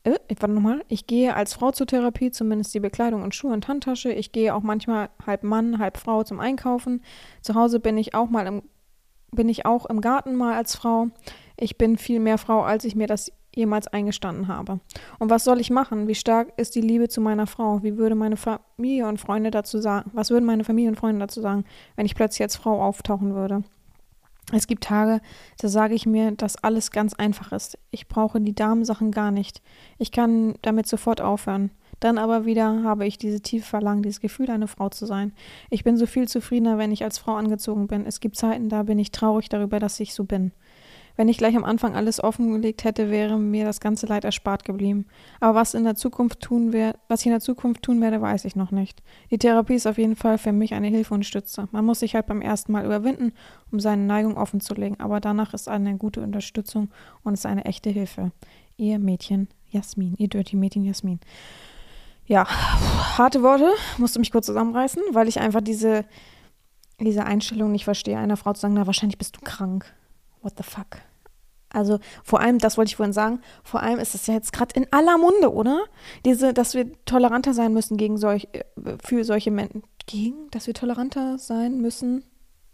äh, warte nochmal, ich gehe als Frau zur Therapie, zumindest die Bekleidung und Schuhe und Handtasche. Ich gehe auch manchmal halb Mann, halb Frau zum Einkaufen. Zu Hause bin ich auch mal im, bin ich auch im Garten mal als Frau. Ich bin viel mehr Frau, als ich mir das jemals eingestanden habe. Und was soll ich machen? Wie stark ist die Liebe zu meiner Frau? Wie würde meine Familie und Freunde dazu sagen? Was würden meine Familie und Freunde dazu sagen, wenn ich plötzlich als Frau auftauchen würde? Es gibt Tage, da sage ich mir, dass alles ganz einfach ist. Ich brauche die Damensachen gar nicht. Ich kann damit sofort aufhören. Dann aber wieder habe ich diese tiefe Verlangen, dieses Gefühl, eine Frau zu sein. Ich bin so viel zufriedener, wenn ich als Frau angezogen bin. Es gibt Zeiten, da bin ich traurig darüber, dass ich so bin. Wenn ich gleich am Anfang alles offengelegt hätte, wäre mir das ganze Leid erspart geblieben. Aber was in der Zukunft tun werde, was ich in der Zukunft tun werde, weiß ich noch nicht. Die Therapie ist auf jeden Fall für mich eine Hilfe und Stütze. Man muss sich halt beim ersten Mal überwinden, um seine Neigung offen zu legen. Aber danach ist eine gute Unterstützung und ist eine echte Hilfe. Ihr Mädchen Jasmin, ihr Dirty Mädchen Jasmin. Ja, harte Worte, musste mich kurz zusammenreißen, weil ich einfach diese, diese Einstellung nicht verstehe, einer Frau zu sagen, na, wahrscheinlich bist du krank. What the fuck? Also vor allem, das wollte ich vorhin sagen, vor allem ist es ja jetzt gerade in aller Munde, oder? Diese, dass wir toleranter sein müssen gegen solch, für solche Menschen. Gegen? Dass wir toleranter sein müssen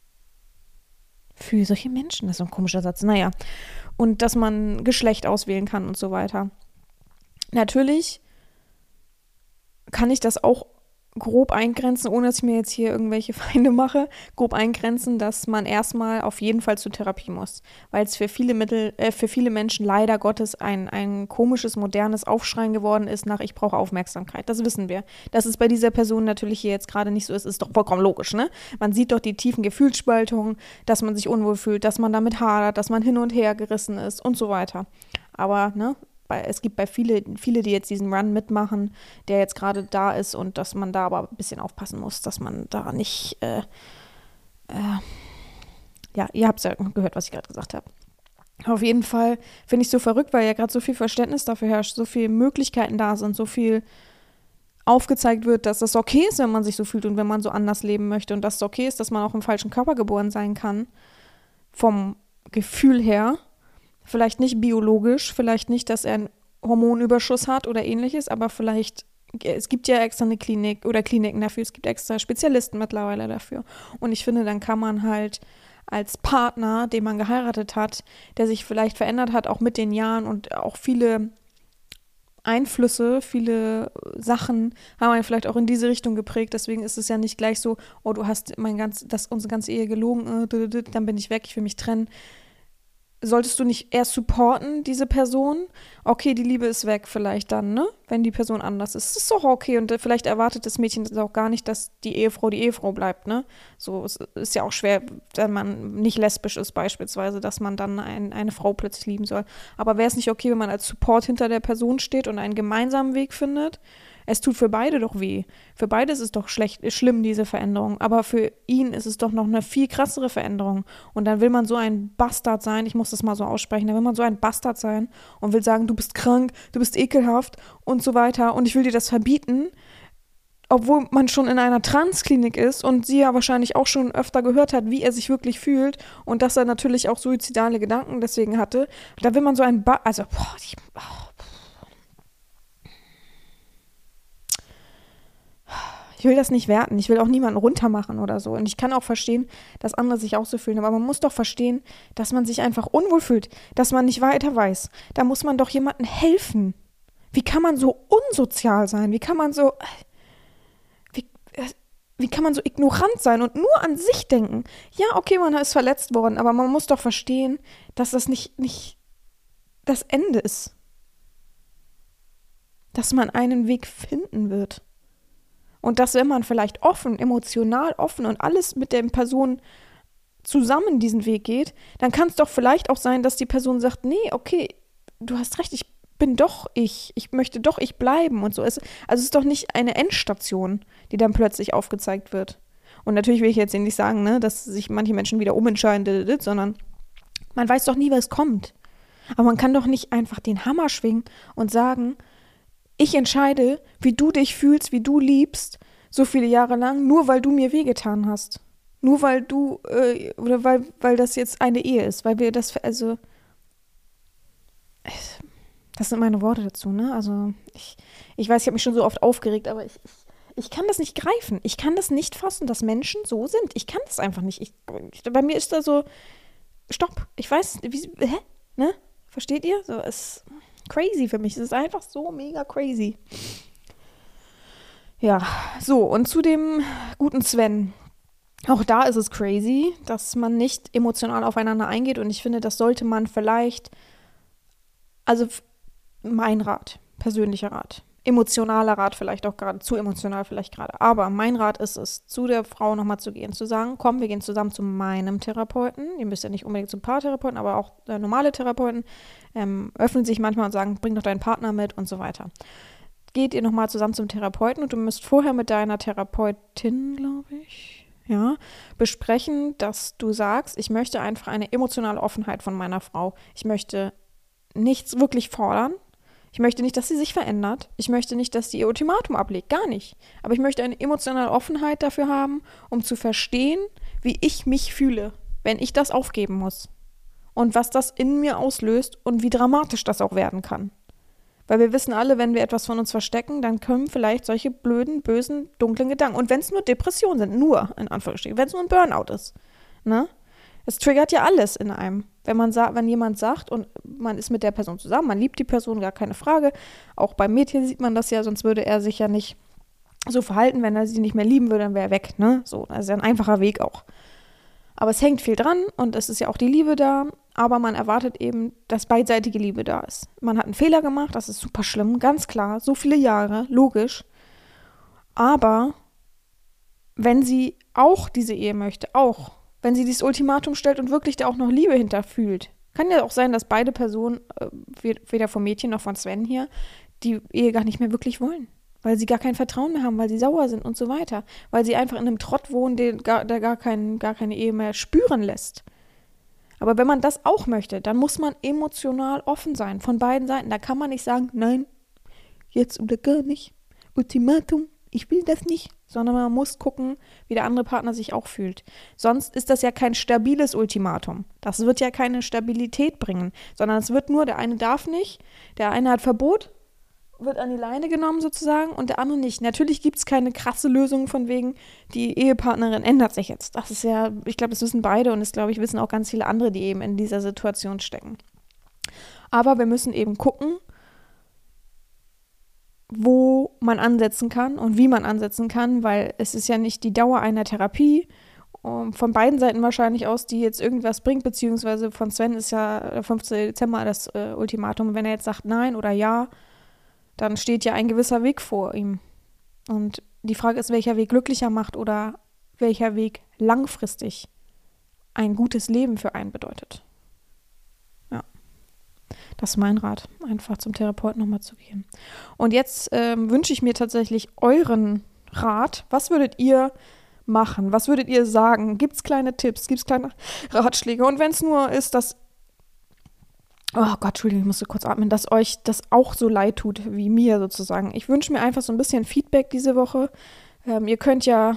für solche Menschen. Das ist so ein komischer Satz. Naja. Und dass man Geschlecht auswählen kann und so weiter. Natürlich kann ich das auch grob eingrenzen, ohne dass ich mir jetzt hier irgendwelche Feinde mache, grob eingrenzen, dass man erstmal auf jeden Fall zur Therapie muss, weil es für viele Mittel, äh, für viele Menschen leider Gottes ein, ein komisches, modernes Aufschreien geworden ist nach ich brauche Aufmerksamkeit. Das wissen wir. Dass es bei dieser Person natürlich hier jetzt gerade nicht so ist, ist doch vollkommen logisch, ne? Man sieht doch die tiefen Gefühlsspaltungen, dass man sich unwohl fühlt, dass man damit hadert, dass man hin und her gerissen ist und so weiter. Aber, ne? Es gibt bei viele, viele, die jetzt diesen Run mitmachen, der jetzt gerade da ist und dass man da aber ein bisschen aufpassen muss, dass man da nicht, äh, äh, ja, ihr habt es ja gehört, was ich gerade gesagt habe. Auf jeden Fall finde ich es so verrückt, weil ja gerade so viel Verständnis dafür herrscht, so viele Möglichkeiten da sind, so viel aufgezeigt wird, dass das okay ist, wenn man sich so fühlt und wenn man so anders leben möchte und dass es okay ist, dass man auch im falschen Körper geboren sein kann, vom Gefühl her. Vielleicht nicht biologisch, vielleicht nicht, dass er einen Hormonüberschuss hat oder ähnliches, aber vielleicht, es gibt ja extra eine Klinik oder Kliniken dafür, es gibt extra Spezialisten mittlerweile dafür. Und ich finde, dann kann man halt als Partner, den man geheiratet hat, der sich vielleicht verändert hat, auch mit den Jahren und auch viele Einflüsse, viele Sachen haben einen vielleicht auch in diese Richtung geprägt. Deswegen ist es ja nicht gleich so, oh, du hast mein ganz, das, unsere ganze Ehe gelogen, äh, dann bin ich weg, ich will mich trennen. Solltest du nicht eher supporten, diese Person? Okay, die Liebe ist weg vielleicht dann, ne? Wenn die Person anders ist. Das ist doch okay. Und vielleicht erwartet das Mädchen das auch gar nicht, dass die Ehefrau die Ehefrau bleibt, ne? So, es ist ja auch schwer, wenn man nicht lesbisch ist beispielsweise, dass man dann ein, eine Frau plötzlich lieben soll. Aber wäre es nicht okay, wenn man als Support hinter der Person steht und einen gemeinsamen Weg findet? Es tut für beide doch weh. Für beide ist es doch schlecht, schlimm, diese Veränderung. Aber für ihn ist es doch noch eine viel krassere Veränderung. Und dann will man so ein Bastard sein, ich muss das mal so aussprechen, dann will man so ein Bastard sein und will sagen, du bist krank, du bist ekelhaft und so weiter. Und ich will dir das verbieten, obwohl man schon in einer Transklinik ist und sie ja wahrscheinlich auch schon öfter gehört hat, wie er sich wirklich fühlt und dass er natürlich auch suizidale Gedanken deswegen hatte. Da will man so ein Ba- also, boah, ich, oh. Ich will das nicht werten, ich will auch niemanden runtermachen oder so. Und ich kann auch verstehen, dass andere sich auch so fühlen. Aber man muss doch verstehen, dass man sich einfach unwohl fühlt, dass man nicht weiter weiß. Da muss man doch jemandem helfen. Wie kann man so unsozial sein? Wie kann man so, wie, wie kann man so ignorant sein und nur an sich denken? Ja, okay, man ist verletzt worden, aber man muss doch verstehen, dass das nicht, nicht das Ende ist. Dass man einen Weg finden wird. Und dass, wenn man vielleicht offen, emotional offen und alles mit der Person zusammen diesen Weg geht, dann kann es doch vielleicht auch sein, dass die Person sagt, nee, okay, du hast recht, ich bin doch ich, ich möchte doch ich bleiben und so. Es, also es ist doch nicht eine Endstation, die dann plötzlich aufgezeigt wird. Und natürlich will ich jetzt nicht sagen, ne, dass sich manche Menschen wieder umentscheiden, sondern man weiß doch nie, was kommt. Aber man kann doch nicht einfach den Hammer schwingen und sagen, ich entscheide, wie du dich fühlst, wie du liebst, so viele Jahre lang, nur weil du mir wehgetan hast. Nur weil du, äh, oder weil, weil das jetzt eine Ehe ist, weil wir das, also, Das sind meine Worte dazu, ne? Also ich, ich weiß, ich habe mich schon so oft aufgeregt, aber ich, ich, ich kann das nicht greifen. Ich kann das nicht fassen, dass Menschen so sind. Ich kann das einfach nicht. Ich, ich, bei mir ist da so, stopp, ich weiß, wie, hä? Ne? Versteht ihr? So, es ist crazy für mich. Es ist einfach so mega crazy. Ja, so, und zu dem guten Sven. Auch da ist es crazy, dass man nicht emotional aufeinander eingeht und ich finde, das sollte man vielleicht, also mein Rat, persönlicher Rat, emotionaler Rat vielleicht auch gerade, zu emotional vielleicht gerade, aber mein Rat ist es, zu der Frau nochmal zu gehen, zu sagen, komm, wir gehen zusammen zu meinem Therapeuten, ihr müsst ja nicht unbedingt zum Paartherapeuten, aber auch äh, normale Therapeuten ähm, öffnen sich manchmal und sagen, bring doch deinen Partner mit und so weiter. Geht ihr nochmal zusammen zum Therapeuten und du müsst vorher mit deiner Therapeutin, glaube ich, ja, besprechen, dass du sagst, ich möchte einfach eine emotionale Offenheit von meiner Frau. Ich möchte nichts wirklich fordern. Ich möchte nicht, dass sie sich verändert. Ich möchte nicht, dass sie ihr Ultimatum ablegt. Gar nicht. Aber ich möchte eine emotionale Offenheit dafür haben, um zu verstehen, wie ich mich fühle, wenn ich das aufgeben muss. Und was das in mir auslöst und wie dramatisch das auch werden kann. Weil wir wissen alle, wenn wir etwas von uns verstecken, dann kommen vielleicht solche blöden, bösen, dunklen Gedanken. Und wenn es nur Depressionen sind, nur, in Anführungsstrichen, wenn es nur ein Burnout ist, ne? Es triggert ja alles in einem. Wenn man sa- wenn jemand sagt und man ist mit der Person zusammen, man liebt die Person, gar keine Frage. Auch beim Mädchen sieht man das ja, sonst würde er sich ja nicht so verhalten, wenn er sie nicht mehr lieben würde, dann wäre er weg, ne? So, das ist ja ein einfacher Weg auch. Aber es hängt viel dran und es ist ja auch die Liebe da, aber man erwartet eben, dass beidseitige Liebe da ist. Man hat einen Fehler gemacht, das ist super schlimm, ganz klar, so viele Jahre, logisch. Aber wenn sie auch diese Ehe möchte, auch, wenn sie dieses Ultimatum stellt und wirklich da auch noch Liebe hinterfühlt, kann ja auch sein, dass beide Personen, weder vom Mädchen noch von Sven hier, die Ehe gar nicht mehr wirklich wollen. Weil sie gar kein Vertrauen mehr haben, weil sie sauer sind und so weiter. Weil sie einfach in einem Trott wohnen, der gar, der gar, kein, gar keine Ehe mehr spüren lässt. Aber wenn man das auch möchte, dann muss man emotional offen sein, von beiden Seiten. Da kann man nicht sagen, nein, jetzt oder gar nicht, Ultimatum, ich will das nicht. Sondern man muss gucken, wie der andere Partner sich auch fühlt. Sonst ist das ja kein stabiles Ultimatum. Das wird ja keine Stabilität bringen. Sondern es wird nur, der eine darf nicht, der eine hat Verbot, wird an die Leine genommen sozusagen und der andere nicht. Natürlich gibt es keine krasse Lösung von wegen, die Ehepartnerin ändert sich jetzt. Das ist ja, ich glaube, das wissen beide und das, glaube ich, wissen auch ganz viele andere, die eben in dieser Situation stecken. Aber wir müssen eben gucken, wo man ansetzen kann und wie man ansetzen kann, weil es ist ja nicht die Dauer einer Therapie, um, von beiden Seiten wahrscheinlich aus, die jetzt irgendwas bringt, beziehungsweise von Sven ist ja der fünfzehnten Dezember das äh, Ultimatum. Wenn er jetzt sagt nein oder ja, dann steht ja ein gewisser Weg vor ihm. Und die Frage ist, welcher Weg glücklicher macht oder welcher Weg langfristig ein gutes Leben für einen bedeutet. Ja, das ist mein Rat, einfach zum Therapeuten nochmal zu gehen. Und jetzt ähm, wünsche ich mir tatsächlich euren Rat. Was würdet ihr machen? Was würdet ihr sagen? Gibt es kleine Tipps? Gibt es kleine Ratschläge? Und wenn es nur ist, dass oh Gott, Entschuldigung, ich musste kurz atmen, dass euch das auch so leid tut wie mir sozusagen. Ich wünsche mir einfach so ein bisschen Feedback diese Woche. Ähm, ihr könnt ja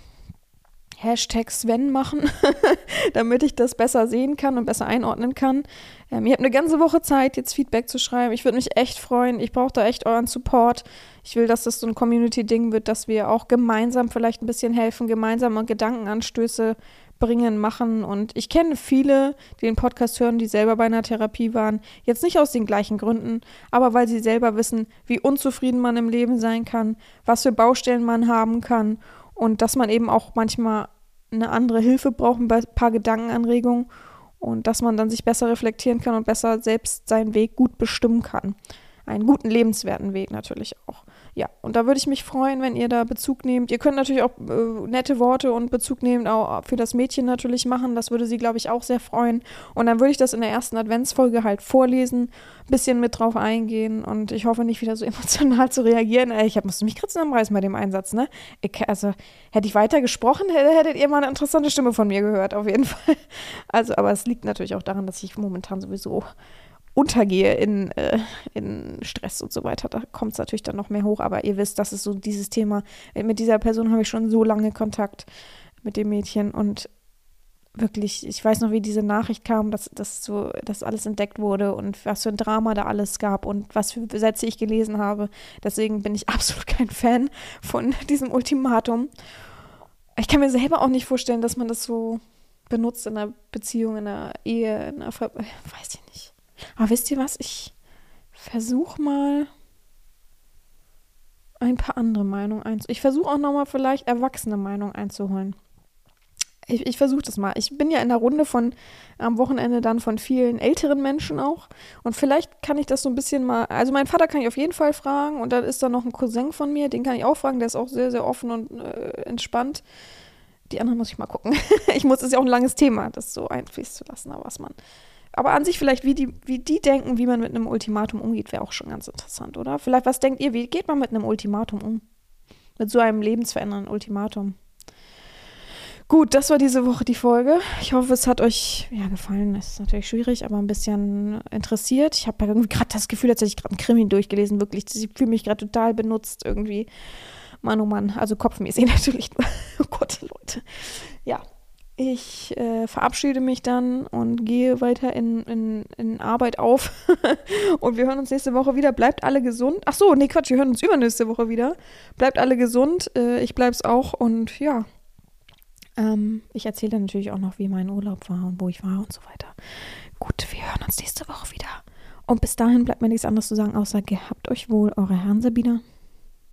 Hashtag Sven machen, damit ich das besser sehen kann und besser einordnen kann. Ähm, ihr habt eine ganze Woche Zeit, jetzt Feedback zu schreiben. Ich würde mich echt freuen. Ich brauche da echt euren Support. Ich will, dass das so ein Community-Ding wird, dass wir auch gemeinsam vielleicht ein bisschen helfen, gemeinsame Gedankenanstöße bringen, machen. Und ich kenne viele, die den Podcast hören, die selber bei einer Therapie waren. Jetzt nicht aus den gleichen Gründen, aber weil sie selber wissen, wie unzufrieden man im Leben sein kann, was für Baustellen man haben kann und dass man eben auch manchmal eine andere Hilfe braucht, ein paar Gedankenanregungen und dass man dann sich besser reflektieren kann und besser selbst seinen Weg gut bestimmen kann. Einen guten, lebenswerten Weg natürlich auch. Ja, und da würde ich mich freuen, wenn ihr da Bezug nehmt. Ihr könnt natürlich auch äh, nette Worte und Bezug nehmen, auch für das Mädchen natürlich machen. Das würde sie, glaube ich, auch sehr freuen. Und dann würde ich das in der ersten Adventsfolge halt vorlesen, ein bisschen mit drauf eingehen und ich hoffe nicht wieder so emotional zu reagieren. Ich hab, musste mich kratzen am Reißen bei dem Einsatz, ne? Ich, also, hätte ich weiter gesprochen, hättet ihr mal eine interessante Stimme von mir gehört, auf jeden Fall. Also, aber es liegt natürlich auch daran, dass ich momentan sowieso untergehe in, äh, in Stress und so weiter, da kommt es natürlich dann noch mehr hoch, aber ihr wisst, das ist so dieses Thema, mit dieser Person habe ich schon so lange Kontakt mit dem Mädchen und wirklich, ich weiß noch, wie diese Nachricht kam, dass, dass, so, dass alles entdeckt wurde und was für ein Drama da alles gab und was für Sätze ich gelesen habe. Deswegen bin ich absolut kein Fan von diesem Ultimatum. Ich kann mir selber auch nicht vorstellen, dass man das so benutzt in einer Beziehung, in einer Ehe, in einer Ver- weiß ich nicht. Aber wisst ihr was? Ich versuche mal ein paar andere Meinungen einzuholen. Ich versuche auch nochmal vielleicht erwachsene Meinungen einzuholen. Ich, ich versuche das mal. Ich bin ja in der Runde von, am Wochenende dann von vielen älteren Menschen auch. Und vielleicht kann ich das so ein bisschen mal, also meinen Vater kann ich auf jeden Fall fragen. Und dann ist da noch ein Cousin von mir, den kann ich auch fragen. Der ist auch sehr, sehr offen und äh, entspannt. Die anderen muss ich mal gucken. ich muss, das ist ja auch ein langes Thema, das so einfließen zu lassen. Aber was man, aber an sich vielleicht, wie die, wie die denken, wie man mit einem Ultimatum umgeht, wäre auch schon ganz interessant, oder? Vielleicht, was denkt ihr, wie geht man mit einem Ultimatum um? Mit so einem lebensverändernden Ultimatum? Gut, das war diese Woche die Folge. Ich hoffe, es hat euch ja, gefallen. Es ist natürlich schwierig, aber ein bisschen interessiert. Ich habe irgendwie gerade das Gefühl, als hätte ich gerade einen Krimi durchgelesen. Wirklich, ich fühle mich gerade total benutzt irgendwie. Mann, oh Mann, also kopfmäßig natürlich. Oh Gott, Leute. Ja, ich äh, verabschiede mich dann und gehe weiter in, in, in Arbeit auf. Und wir hören uns nächste Woche wieder. Bleibt alle gesund. Ach so, nee, Quatsch, wir hören uns übernächste Woche wieder. Bleibt alle gesund. Äh, ich bleib's auch und ja. Ähm, ich erzähle dann natürlich auch noch, wie mein Urlaub war und wo ich war und so weiter. Gut, wir hören uns nächste Woche wieder. Und bis dahin bleibt mir nichts anderes zu sagen, außer gehabt euch wohl, eure Herren Sabina.